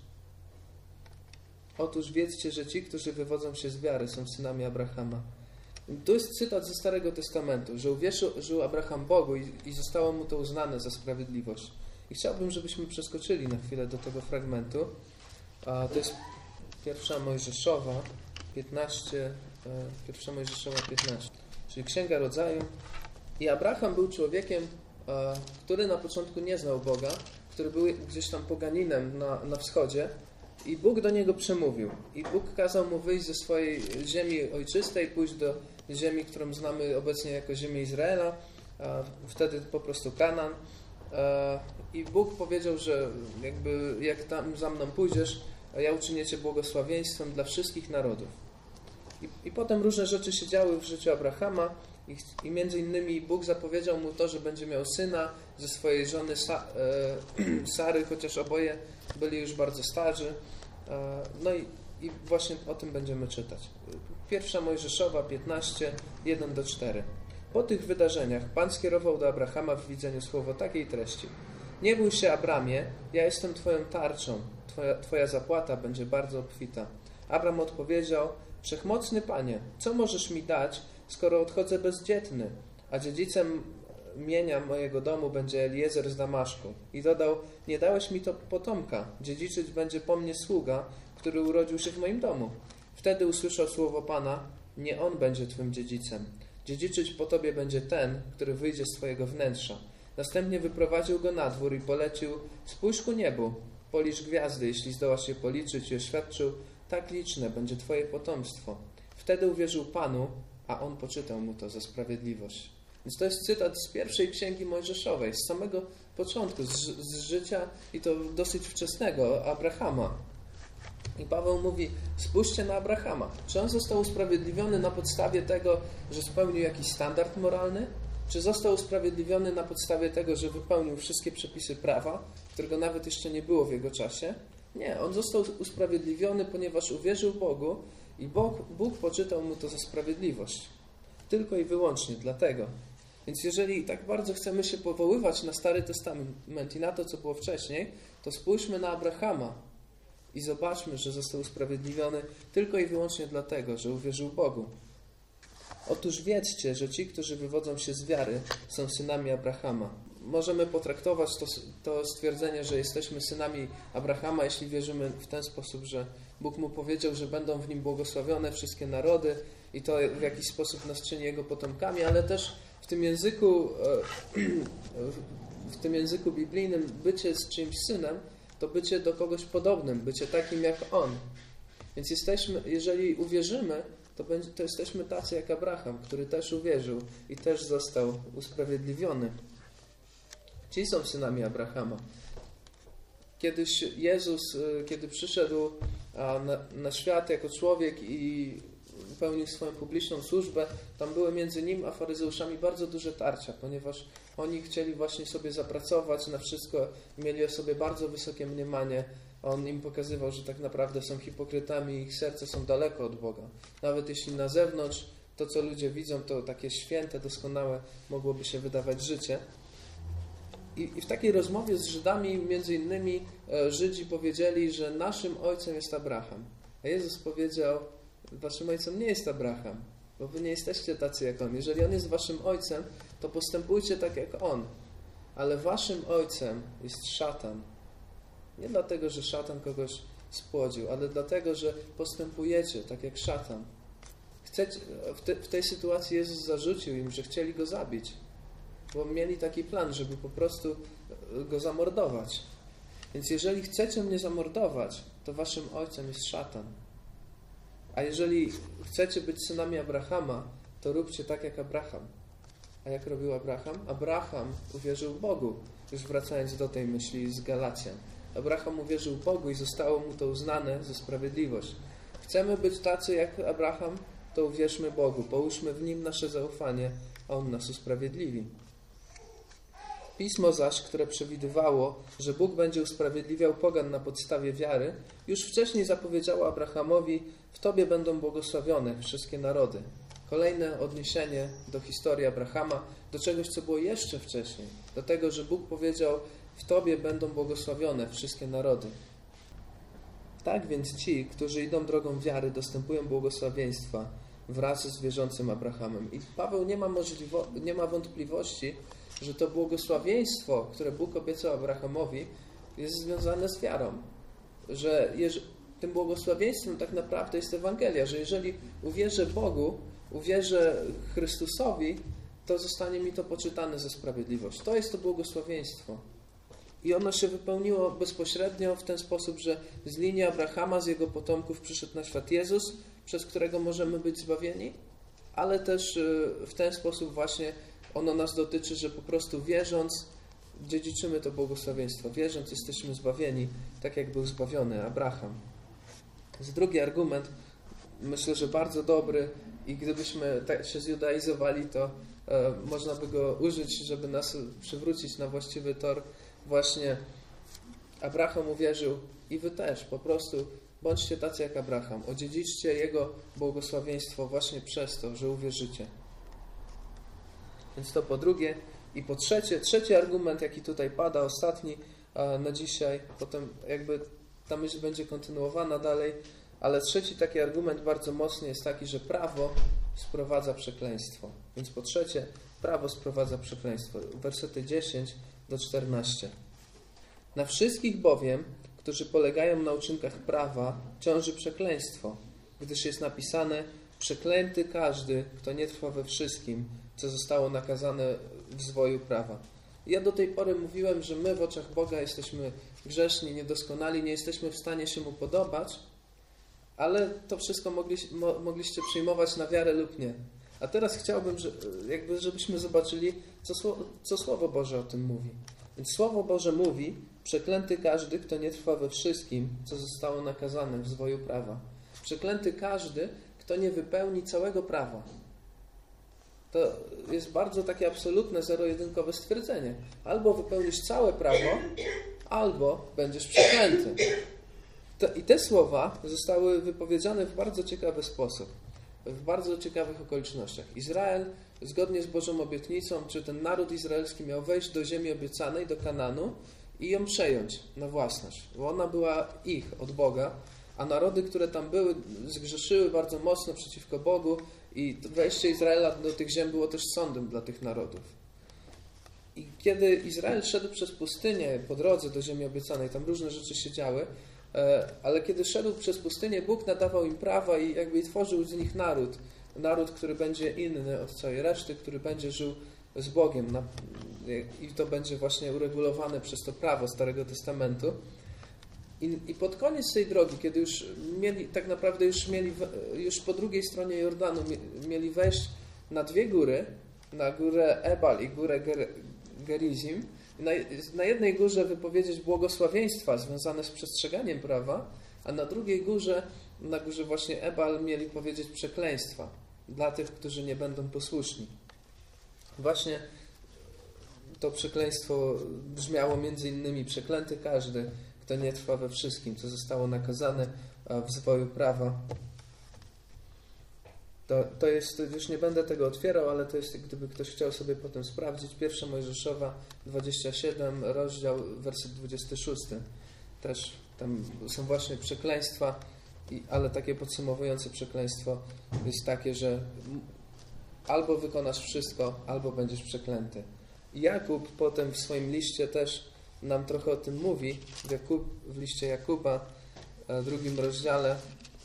Otóż wiedzcie, że ci, którzy wywodzą się z wiary, są synami Abrahama. To jest cytat ze Starego Testamentu, że uwierzył Abraham Bogu i zostało mu to uznane za sprawiedliwość. I chciałbym, żebyśmy przeskoczyli na chwilę do tego fragmentu. To jest 1 Mojżeszowa 15, czyli Księga Rodzaju. I Abraham był człowiekiem, który na początku nie znał Boga, który był gdzieś tam poganinem na wschodzie i Bóg do niego przemówił. I Bóg kazał mu wyjść ze swojej ziemi ojczystej, pójść do ziemi, którą znamy obecnie jako ziemię Izraela, wtedy po prostu Kanaan. I Bóg powiedział, że jakby jak tam za mną pójdziesz, ja uczynię cię błogosławieństwem dla wszystkich narodów. I potem różne rzeczy się działy w życiu Abrahama i między innymi Bóg zapowiedział mu to, że będzie miał syna ze swojej żony Sary, chociaż oboje byli już bardzo starzy. No i właśnie o tym będziemy czytać. 1 Mojżeszowa 15, 1-4. Po tych wydarzeniach Pan skierował do Abrahama w widzeniu słowo takiej treści. Nie bój się, Abramie, ja jestem Twoją tarczą. Twoja zapłata będzie bardzo obfita. Abram odpowiedział, Wszechmocny Panie, co możesz mi dać, skoro odchodzę bezdzietny, a dziedzicem mienia mojego domu będzie Eliezer z Damaszku. I dodał, nie dałeś mi to potomka, dziedziczyć będzie po mnie sługa, który urodził się w moim domu. Wtedy usłyszał słowo Pana, nie on będzie Twym dziedzicem. Dziedziczyć po Tobie będzie ten, który wyjdzie z Twojego wnętrza. Następnie wyprowadził go na dwór i polecił, spójrz ku niebu, policz gwiazdy, jeśli zdołasz je policzyć, i oświadczył, tak liczne będzie Twoje potomstwo. Wtedy uwierzył Panu, a on poczytał mu to za sprawiedliwość. Więc to jest cytat z pierwszej księgi Mojżeszowej, z samego początku, z życia i to dosyć wczesnego Abrahama. I Paweł mówi, spójrzcie na Abrahama. Czy on został usprawiedliwiony na podstawie tego, że spełnił jakiś standard moralny? Czy został usprawiedliwiony na podstawie tego, że wypełnił wszystkie przepisy prawa, którego nawet jeszcze nie było w jego czasie? Nie, on został usprawiedliwiony, ponieważ uwierzył Bogu i Bóg poczytał mu to za sprawiedliwość. Tylko i wyłącznie dlatego. Więc jeżeli tak bardzo chcemy się powoływać na Stary Testament i na to, co było wcześniej, to spójrzmy na Abrahama i zobaczmy, że został usprawiedliwiony tylko i wyłącznie dlatego, że uwierzył Bogu. Otóż wiedzcie, że ci, którzy wywodzą się z wiary, są synami Abrahama. Możemy potraktować to stwierdzenie, że jesteśmy synami Abrahama, jeśli wierzymy w ten sposób, że Bóg mu powiedział, że będą w nim błogosławione wszystkie narody i to w jakiś sposób nas czyni jego potomkami, ale też w tym języku biblijnym bycie z czymś synem to bycie do kogoś podobnym, bycie takim jak on. Więc jeżeli uwierzymy, to jesteśmy tacy jak Abraham, który też uwierzył i też został usprawiedliwiony. Ci są synami Abrahama. Kiedyś Jezus, kiedy przyszedł na świat jako człowiek i pełnił swoją publiczną służbę, tam były między nim a faryzeuszami bardzo duże tarcia, ponieważ oni chcieli właśnie sobie zapracować na wszystko, mieli o sobie bardzo wysokie mniemanie. On im pokazywał, że tak naprawdę są hipokrytami i ich serca są daleko od Boga. Nawet jeśli na zewnątrz to, co ludzie widzą, to takie święte, doskonałe mogłoby się wydawać życie. I w takiej rozmowie z Żydami między innymi Żydzi powiedzieli, że naszym ojcem jest Abraham. A Jezus powiedział, waszym ojcem nie jest Abraham, bo wy nie jesteście tacy jak on. Jeżeli on jest waszym ojcem, to postępujcie tak jak on. Ale waszym ojcem jest szatan. Nie dlatego, że szatan kogoś spłodził, ale dlatego, że postępujecie tak jak szatan. W tej sytuacji Jezus zarzucił im, że chcieli go zabić, bo mieli taki plan, żeby po prostu go zamordować. Więc jeżeli chcecie mnie zamordować, to waszym ojcem jest szatan. A jeżeli chcecie być synami Abrahama, to róbcie tak jak Abraham. A jak robił Abraham? Abraham uwierzył Bogu. Już wracając do tej myśli z Galacjan. Abraham uwierzył Bogu i zostało mu to uznane za sprawiedliwość. Chcemy być tacy jak Abraham, to uwierzmy Bogu. Połóżmy w Nim nasze zaufanie, a On nas usprawiedliwi. Pismo zaś, które przewidywało, że Bóg będzie usprawiedliwiał pogan na podstawie wiary, już wcześniej zapowiedziało Abrahamowi: w Tobie będą błogosławione wszystkie narody. Kolejne odniesienie do historii Abrahama, do czegoś, co było jeszcze wcześniej. Do tego, że Bóg powiedział: w Tobie będą błogosławione wszystkie narody. Tak więc ci, którzy idą drogą wiary, dostępują błogosławieństwa wraz z wierzącym Abrahamem. I Paweł nie ma wątpliwości, że to błogosławieństwo, które Bóg obiecał Abrahamowi, jest związane z wiarą. Że tym błogosławieństwem tak naprawdę jest Ewangelia, że jeżeli uwierzę Bogu, uwierzę Chrystusowi, to zostanie mi to poczytane za sprawiedliwość. To jest to błogosławieństwo. I ono się wypełniło bezpośrednio w ten sposób, że z linii Abrahama, z jego potomków przyszedł na świat Jezus, przez którego możemy być zbawieni, ale też w ten sposób właśnie ono nas dotyczy, że po prostu wierząc, dziedziczymy to błogosławieństwo. Wierząc, jesteśmy zbawieni, tak jak był zbawiony Abraham. Drugi argument, myślę, że bardzo dobry i gdybyśmy się zjudaizowali, to można by go użyć, żeby nas przywrócić na właściwy tor. Właśnie Abraham uwierzył i wy też, po prostu bądźcie tacy jak Abraham. Odziedziczcie jego błogosławieństwo właśnie przez to, że uwierzycie. Więc to po drugie. I po trzecie, trzeci argument, jaki tutaj pada, ostatni na dzisiaj, potem jakby ta myśl będzie kontynuowana dalej, ale trzeci taki argument bardzo mocny jest taki, że prawo sprowadza przekleństwo. Więc po trzecie, prawo sprowadza przekleństwo. Wersety 10 do 14. Na wszystkich bowiem, którzy polegają na uczynkach prawa, ciąży przekleństwo, gdyż jest napisane: przeklęty każdy, kto nie trwa we wszystkim, co zostało nakazane w zwoju prawa. Ja do tej pory mówiłem, że my w oczach Boga jesteśmy grzeszni, niedoskonali, nie jesteśmy w stanie się Mu podobać, ale to wszystko mogliście przyjmować na wiarę lub nie. A teraz chciałbym, żebyśmy zobaczyli, co Słowo Boże o tym mówi. Więc Słowo Boże mówi: przeklęty każdy, kto nie trwa we wszystkim, co zostało nakazane w zwoju prawa. Przeklęty każdy, kto nie wypełni całego prawa. To jest bardzo takie absolutne, zero-jedynkowe stwierdzenie. Albo wypełnisz całe prawo, albo będziesz przeklęty. I te słowa zostały wypowiedziane w bardzo ciekawy sposób, w bardzo ciekawych okolicznościach. Izrael, zgodnie z Bożą obietnicą, czy ten naród izraelski miał wejść do ziemi obiecanej, do Kananu i ją przejąć na własność, bo ona była ich od Boga, a narody, które tam były, zgrzeszyły bardzo mocno przeciwko Bogu i wejście Izraela do tych ziem było też sądem dla tych narodów. I kiedy Izrael szedł przez pustynię po drodze do ziemi obiecanej, tam różne rzeczy się działy, ale kiedy szedł przez pustynię, Bóg nadawał im prawa i jakby tworzył z nich naród, który będzie inny od całej reszty, który będzie żył z Bogiem. I to będzie właśnie uregulowane przez to prawo Starego Testamentu. I pod koniec tej drogi, kiedy już mieli, tak naprawdę już po drugiej stronie Jordanu mieli wejść na dwie góry, na górę Ebal i górę Gerizim, na jednej górze wypowiedzieć błogosławieństwa związane z przestrzeganiem prawa, a na drugiej górze, na górze właśnie Ebal, mieli powiedzieć przekleństwa dla tych, którzy nie będą posłuszni. Właśnie to przekleństwo brzmiało między innymi: przeklęty każdy, kto nie trwa we wszystkim, co zostało nakazane w zwoju prawa. To jest, już nie będę tego otwierał, ale to jest, gdyby ktoś chciał sobie potem sprawdzić, 1 Mojżeszowa 27, rozdział, werset 26. Też tam są właśnie przekleństwa, ale takie podsumowujące przekleństwo jest takie, że albo wykonasz wszystko, albo będziesz przeklęty. I Jakub potem w swoim liście też nam trochę o tym mówi. W liście Jakuba, 2 rozdziale,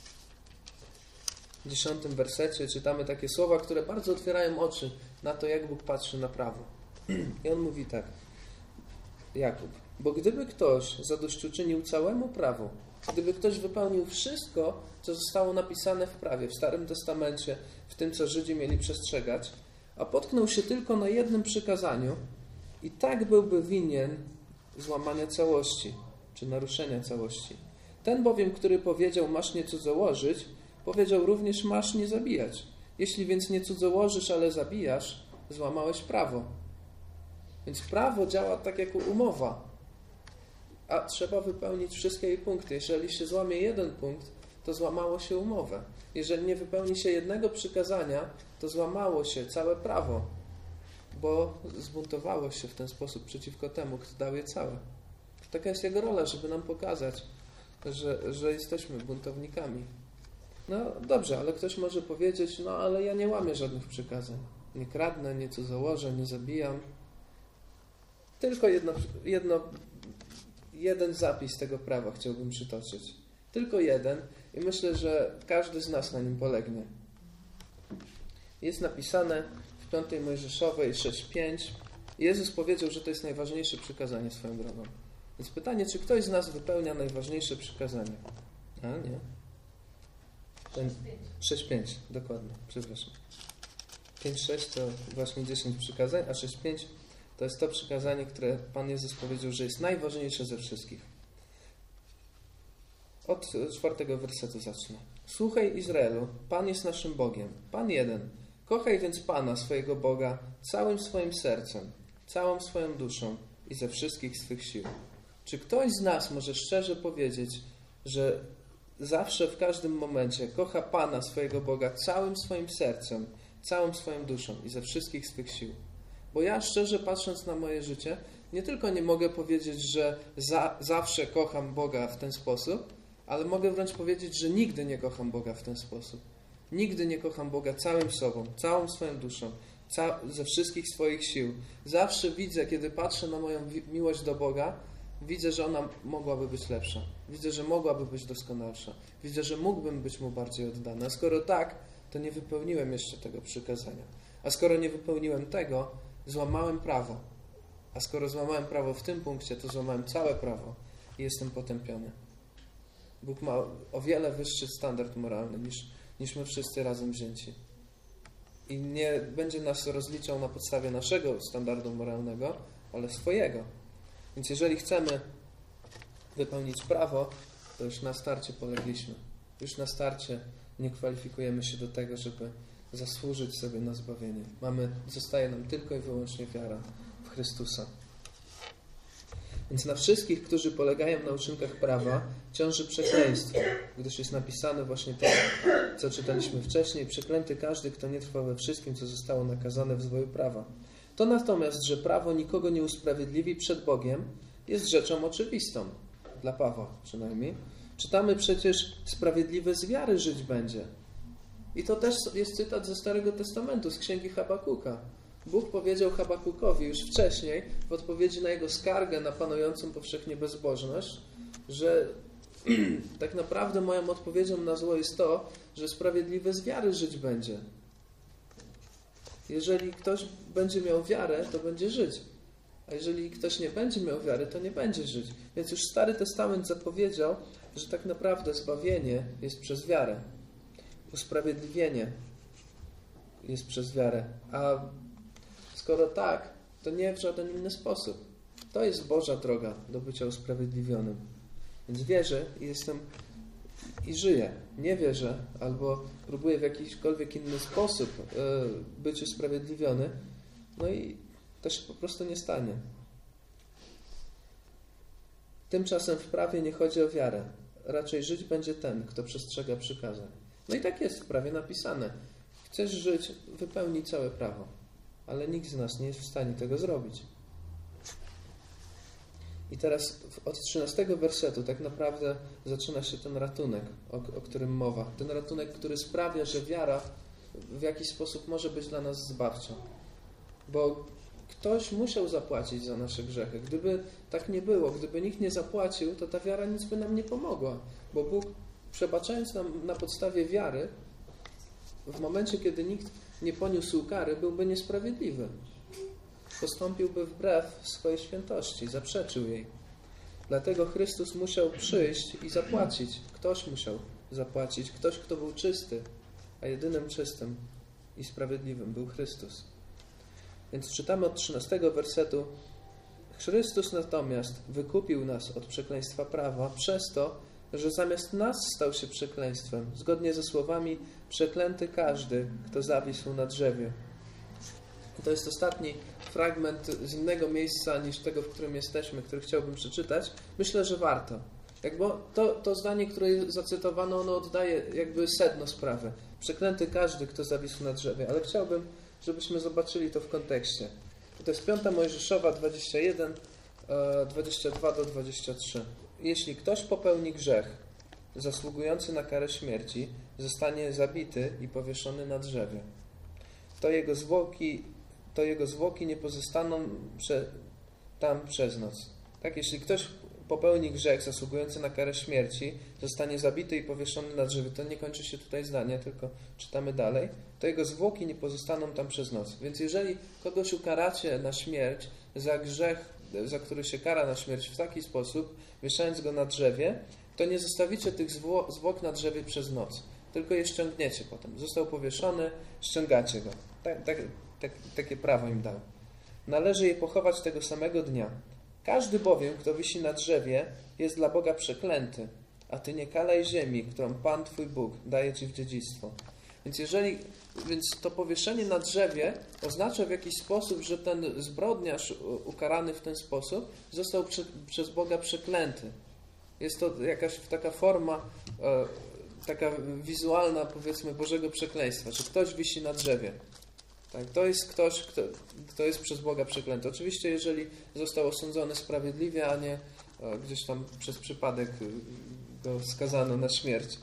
10 wersecie czytamy takie słowa, które bardzo otwierają oczy na to, jak Bóg patrzy na prawo. I on mówi tak, Jakub: bo gdyby ktoś zadośćuczynił całemu prawu Gdyby ktoś wypełnił wszystko, co zostało napisane w prawie, w Starym Testamencie, w tym, co Żydzi mieli przestrzegać, a potknął się tylko na jednym przykazaniu, i tak byłby winien złamania całości, czy naruszenia całości. Ten bowiem, który powiedział, masz nie cudzołożyć, powiedział również, masz nie zabijać. Jeśli więc nie cudzołożysz, ale zabijasz, złamałeś prawo. Więc prawo działa tak jak umowa, a trzeba wypełnić wszystkie jej punkty. Jeżeli się złamie jeden punkt, to złamało się umowę. Jeżeli nie wypełni się jednego przykazania, to złamało się całe prawo, bo zbuntowało się w ten sposób przeciwko temu, kto dał je całe. Taka jest jego rola, żeby nam pokazać, że jesteśmy buntownikami. No dobrze, ale ktoś może powiedzieć, no ale ja nie łamię żadnych przykazań. Nie kradnę, nie cudzołożę, nie zabijam. Tylko jeden zapis tego prawa chciałbym przytoczyć. Tylko jeden i myślę, że każdy z nas na nim polegnie. Jest napisane w 5 Mojżeszowej 6:5. Jezus powiedział, że to jest najważniejsze przykazanie swoją drogą. Więc pytanie, czy ktoś z nas wypełnia najważniejsze przykazanie? A nie. 6:5, dokładnie, przepraszam. 5:6 to właśnie 10 przykazań, a 6:5 to jest to przykazanie, które Pan Jezus powiedział, że jest najważniejsze ze wszystkich. Od 4 wersetu zacznę. Słuchaj Izraelu, Pan jest naszym Bogiem, Pan jeden. Kochaj więc Pana, swojego Boga, całym swoim sercem, całą swoją duszą i ze wszystkich swych sił. Czy ktoś z nas może szczerze powiedzieć, że zawsze, w każdym momencie kocha Pana, swojego Boga, całym swoim sercem, całą swoją duszą i ze wszystkich swych sił? Bo ja szczerze patrząc na moje życie, nie tylko nie mogę powiedzieć, że zawsze kocham Boga w ten sposób, ale mogę wręcz powiedzieć, że nigdy nie kocham Boga w ten sposób. Nigdy nie kocham Boga całym sobą, całą swoją duszą, ze wszystkich swoich sił. Zawsze widzę, kiedy patrzę na moją miłość do Boga, widzę, że ona mogłaby być lepsza. Widzę, że mogłaby być doskonalsza. Widzę, że mógłbym być Mu bardziej oddany. A skoro tak, to nie wypełniłem jeszcze tego przykazania. A skoro nie wypełniłem tego, złamałem prawo. A skoro złamałem prawo w tym punkcie, to złamałem całe prawo i jestem potępiony. Bóg ma o wiele wyższy standard moralny niż my wszyscy razem wzięci. I nie będzie nas rozliczał na podstawie naszego standardu moralnego, ale swojego. Więc jeżeli chcemy wypełnić prawo, to już na starcie polegliśmy. Już na starcie nie kwalifikujemy się do tego, żeby zasłużyć sobie na zbawienie. Zostaje nam tylko i wyłącznie wiara w Chrystusa. Więc na wszystkich, którzy polegają na uczynkach prawa, ciąży przekleństwo, gdyż jest napisane właśnie to, co czytaliśmy wcześniej: przeklęty każdy, kto nie trwa we wszystkim, co zostało nakazane w zwoju prawa. To natomiast, że prawo nikogo nie usprawiedliwi przed Bogiem, jest rzeczą oczywistą. Dla Pawła przynajmniej. Czytamy przecież: sprawiedliwy z wiary żyć będzie. I to też jest cytat ze Starego Testamentu, z księgi Habakuka. Bóg powiedział Habakukowi już wcześniej, w odpowiedzi na jego skargę na panującą powszechnie bezbożność, że tak naprawdę moją odpowiedzią na zło jest to, że sprawiedliwy z wiary żyć będzie. Jeżeli ktoś będzie miał wiarę, to będzie żyć. A jeżeli ktoś nie będzie miał wiary, to nie będzie żyć. Więc już Stary Testament zapowiedział, że tak naprawdę zbawienie jest przez wiarę. Usprawiedliwienie jest przez wiarę. A skoro tak, to nie w żaden inny sposób. To jest Boża droga do bycia usprawiedliwionym. Więc wierzę i żyję. Nie wierzę albo próbuję w jakikolwiek inny sposób być usprawiedliwiony, no i to się po prostu nie stanie. Tymczasem w prawie nie chodzi o wiarę. Raczej żyć będzie ten, kto przestrzega przykazań. No i tak jest w prawie napisane. Chcesz żyć, wypełnij całe prawo. Ale nikt z nas nie jest w stanie tego zrobić. I teraz od 13 wersetu tak naprawdę zaczyna się ten ratunek, o którym mowa. Ten ratunek, który sprawia, że wiara w jakiś sposób może być dla nas zbawcza. Bo ktoś musiał zapłacić za nasze grzechy. Gdyby tak nie było, gdyby nikt nie zapłacił, to ta wiara nic by nam nie pomogła. Bo Bóg, przebaczając nam na podstawie wiary, w momencie, kiedy nikt nie poniósł kary, byłby niesprawiedliwy. Postąpiłby wbrew swojej świętości, zaprzeczył jej. Dlatego Chrystus musiał przyjść i zapłacić. Ktoś musiał zapłacić. Ktoś, kto był czysty, a jedynym czystym i sprawiedliwym był Chrystus. Więc czytamy od 13 wersetu. Chrystus natomiast wykupił nas od przekleństwa prawa przez to, że zamiast nas stał się przekleństwem, zgodnie ze słowami: przeklęty każdy, kto zawisł na drzewie. I to jest ostatni fragment z innego miejsca niż tego, w którym jesteśmy, który chciałbym przeczytać. Myślę, że warto. To zdanie, które zacytowano, ono oddaje jakby sedno sprawy. Przeklęty każdy, kto zawisł na drzewie. Ale chciałbym, żebyśmy zobaczyli to w kontekście. To jest 5 Mojżeszowa 21, 22-23. Jeśli ktoś popełni grzech zasługujący na karę śmierci, zostanie zabity i powieszony na drzewie. To jego zwłoki nie pozostaną tam przez noc. Tak, jeśli ktoś popełni grzech zasługujący na karę śmierci, zostanie zabity i powieszony na drzewie. To nie kończy się tutaj zdanie, tylko czytamy dalej. To jego zwłoki nie pozostaną tam przez noc. Więc jeżeli kogoś ukaracie na śmierć za grzech, za który się kara na śmierć w taki sposób, wieszając go na drzewie, to nie zostawicie tych zwłok na drzewie przez noc, tylko je ściągniecie potem. Został powieszony, ściągacie go. Takie prawo im dał. Należy je pochować tego samego dnia. Każdy bowiem, kto wisi na drzewie, jest dla Boga przeklęty, a ty nie kalaj ziemi, którą Pan Twój Bóg daje ci w dziedzictwo. Więc to powieszenie na drzewie oznacza w jakiś sposób, że ten zbrodniarz ukarany w ten sposób został przez Boga przeklęty. Jest to jakaś taka forma, taka wizualna, powiedzmy, Bożego przekleństwa, że ktoś wisi na drzewie. Tak, to jest ktoś, kto jest przez Boga przeklęty. Oczywiście, jeżeli został osądzony sprawiedliwie, a nie gdzieś tam przez przypadek go skazano na śmierć.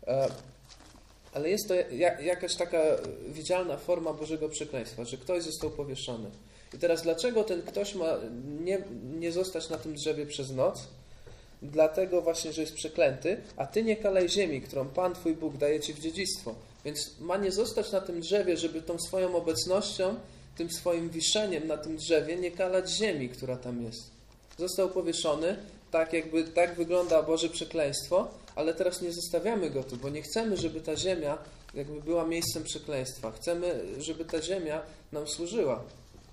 Ale jest to jakaś taka widzialna forma Bożego przekleństwa, że ktoś został powieszony. I teraz dlaczego ten ktoś ma nie zostać na tym drzewie przez noc? Dlatego właśnie, że jest przeklęty, a ty nie kalaj ziemi, którą Pan Twój Bóg daje ci w dziedzictwo. Więc ma nie zostać na tym drzewie, żeby tą swoją obecnością, tym swoim wiszeniem na tym drzewie nie kalać ziemi, która tam jest. Został powieszony, tak wygląda Boże przekleństwo, ale teraz nie zostawiamy go tu, bo nie chcemy, żeby ta ziemia jakby była miejscem przekleństwa. Chcemy, żeby ta ziemia nam służyła.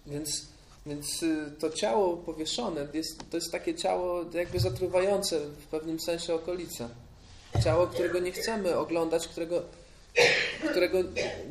Więc to ciało powieszone to jest takie ciało jakby zatruwające w pewnym sensie okolice. Ciało, którego nie chcemy oglądać, z którym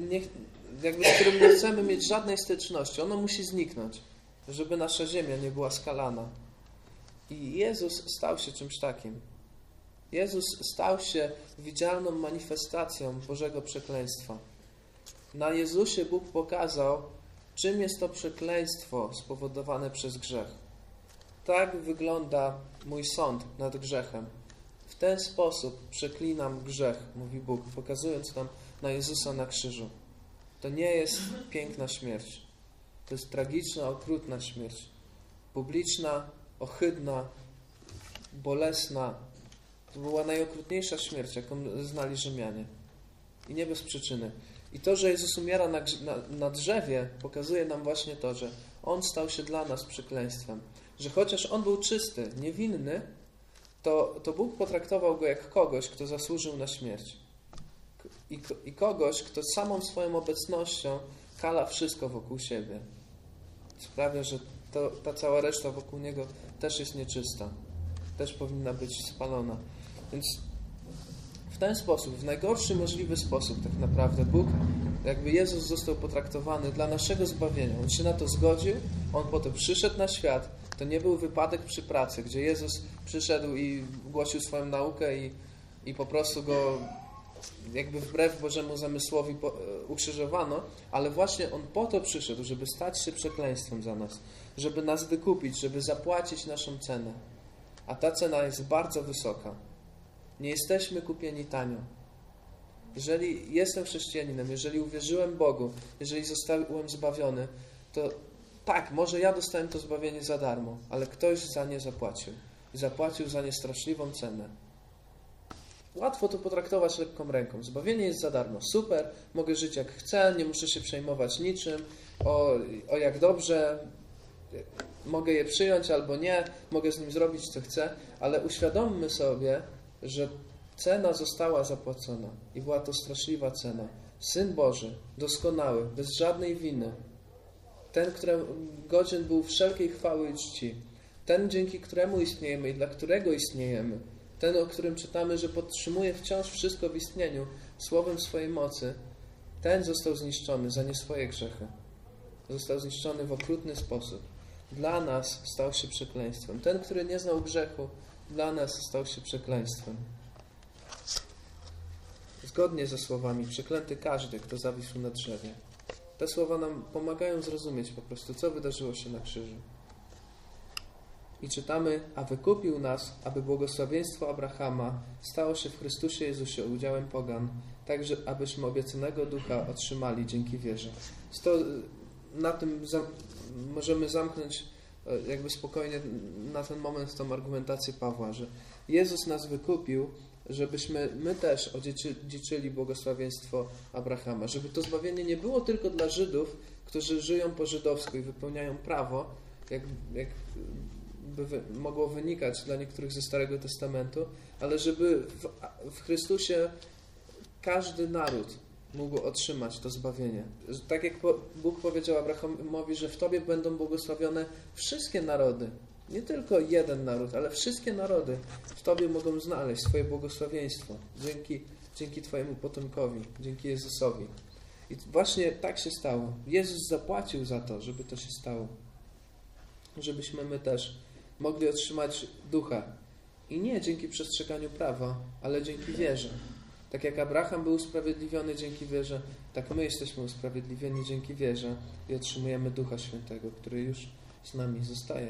nie chcemy mieć żadnej styczności. Ono musi zniknąć, żeby nasza ziemia nie była skalana. I Jezus stał się czymś takim. Jezus stał się widzialną manifestacją Bożego przekleństwa. Na Jezusie Bóg pokazał, czym jest to przekleństwo spowodowane przez grzech. Tak wygląda mój sąd nad grzechem. W ten sposób przeklinam grzech, mówi Bóg, pokazując nam na Jezusa na krzyżu. To nie jest piękna śmierć. To jest tragiczna, okrutna śmierć. Publiczna, ohydna, bolesna. To była najokrutniejsza śmierć, jaką znali Rzymianie. I nie bez przyczyny. I to, że Jezus umiera na drzewie, pokazuje nam właśnie to, że On stał się dla nas przekleństwem. Że chociaż On był czysty, niewinny, to Bóg potraktował Go jak kogoś, kto zasłużył na śmierć. I kogoś, kto samą swoją obecnością kala wszystko wokół siebie. Sprawia, że ta cała reszta wokół Niego też jest nieczysta. Też powinna być spalona. Więc w ten sposób, w najgorszy możliwy sposób tak naprawdę jakby Jezus został potraktowany dla naszego zbawienia. On się na to zgodził, On potem przyszedł na świat. To nie był wypadek przy pracy, gdzie Jezus przyszedł i głosił swoją naukę i po prostu Go jakby wbrew Bożemu zamysłowi ukrzyżowano, ale właśnie On po to przyszedł, żeby stać się przekleństwem za nas, żeby nas wykupić, żeby zapłacić naszą cenę. A ta cena jest bardzo wysoka. Nie jesteśmy kupieni tanio. Jeżeli jestem chrześcijaninem, jeżeli uwierzyłem Bogu, jeżeli zostałem zbawiony, to tak, może ja dostałem to zbawienie za darmo, ale ktoś za nie zapłacił. I zapłacił za nie straszliwą cenę. Łatwo to potraktować lekką ręką. Zbawienie jest za darmo. Super, mogę żyć jak chcę, nie muszę się przejmować niczym. O jak dobrze. mogę je przyjąć albo nie, mogę z nim zrobić co chcę, ale uświadommy sobie, że cena została zapłacona i była to straszliwa cena. Syn Boży, doskonały, bez żadnej winy, ten, który godzien był wszelkiej chwały i czci, ten, dzięki któremu istniejemy i dla którego istniejemy, ten, o którym czytamy, że podtrzymuje wciąż wszystko w istnieniu słowem swojej mocy, ten został zniszczony za nie swoje grzechy. Został zniszczony w okrutny sposób. Dla nas stał się przekleństwem. Ten, który nie znał grzechu, dla nas stał się przekleństwem. Zgodnie ze słowami, przeklęty każdy, kto zawisł na drzewie. Te słowa nam pomagają zrozumieć po prostu, co wydarzyło się na krzyżu. I czytamy, a wykupił nas, aby błogosławieństwo Abrahama stało się w Chrystusie Jezusie udziałem pogan, tak abyśmy obiecanego ducha otrzymali dzięki wierze. Na tym możemy zamknąć jakby spokojnie na ten moment tą argumentację Pawła, że Jezus nas wykupił, żebyśmy my też odziedziczyli błogosławieństwo Abrahama. Żeby to zbawienie nie było tylko dla Żydów, którzy żyją po żydowsku i wypełniają prawo, jak by mogło wynikać dla niektórych ze Starego Testamentu, ale żeby w Chrystusie każdy naród mógł otrzymać to zbawienie. Tak jak Bóg powiedział Abrahamowi, że w Tobie będą błogosławione wszystkie narody. Nie tylko jeden naród, ale wszystkie narody w Tobie mogą znaleźć swoje błogosławieństwo dzięki Twojemu potomkowi, dzięki Jezusowi. I właśnie tak się stało. Jezus zapłacił za to, żeby to się stało. Żebyśmy my też mogli otrzymać ducha. I nie dzięki przestrzeganiu prawa, ale dzięki wierze. Tak jak Abraham był usprawiedliwiony dzięki wierze, tak my jesteśmy usprawiedliwieni dzięki wierze i otrzymujemy Ducha Świętego, który już z nami zostaje.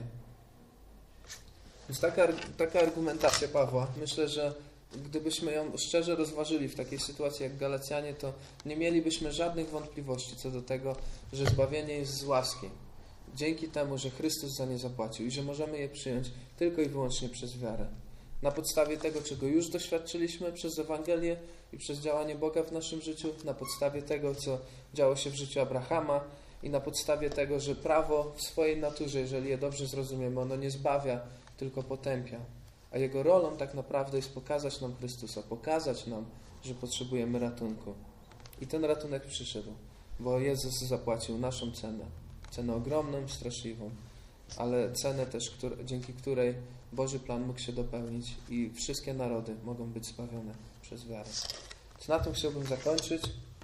Więc taka argumentacja Pawła, myślę, że gdybyśmy ją szczerze rozważyli w takiej sytuacji jak Galacjanie, to nie mielibyśmy żadnych wątpliwości co do tego, że zbawienie jest z łaski. Dzięki temu, że Chrystus za nie zapłacił i że możemy je przyjąć tylko i wyłącznie przez wiarę. Na podstawie tego, czego już doświadczyliśmy przez Ewangelię i przez działanie Boga w naszym życiu, na podstawie tego, co działo się w życiu Abrahama i na podstawie tego, że prawo w swojej naturze, jeżeli je dobrze zrozumiemy, ono nie zbawia, tylko potępia. A jego rolą tak naprawdę jest pokazać nam Chrystusa, pokazać nam, że potrzebujemy ratunku. I ten ratunek przyszedł, bo Jezus zapłacił naszą cenę. Cenę ogromną, straszliwą, ale cenę też, dzięki której Boży plan mógł się dopełnić i wszystkie narody mogą być zbawione przez wiarę. Na tym chciałbym zakończyć.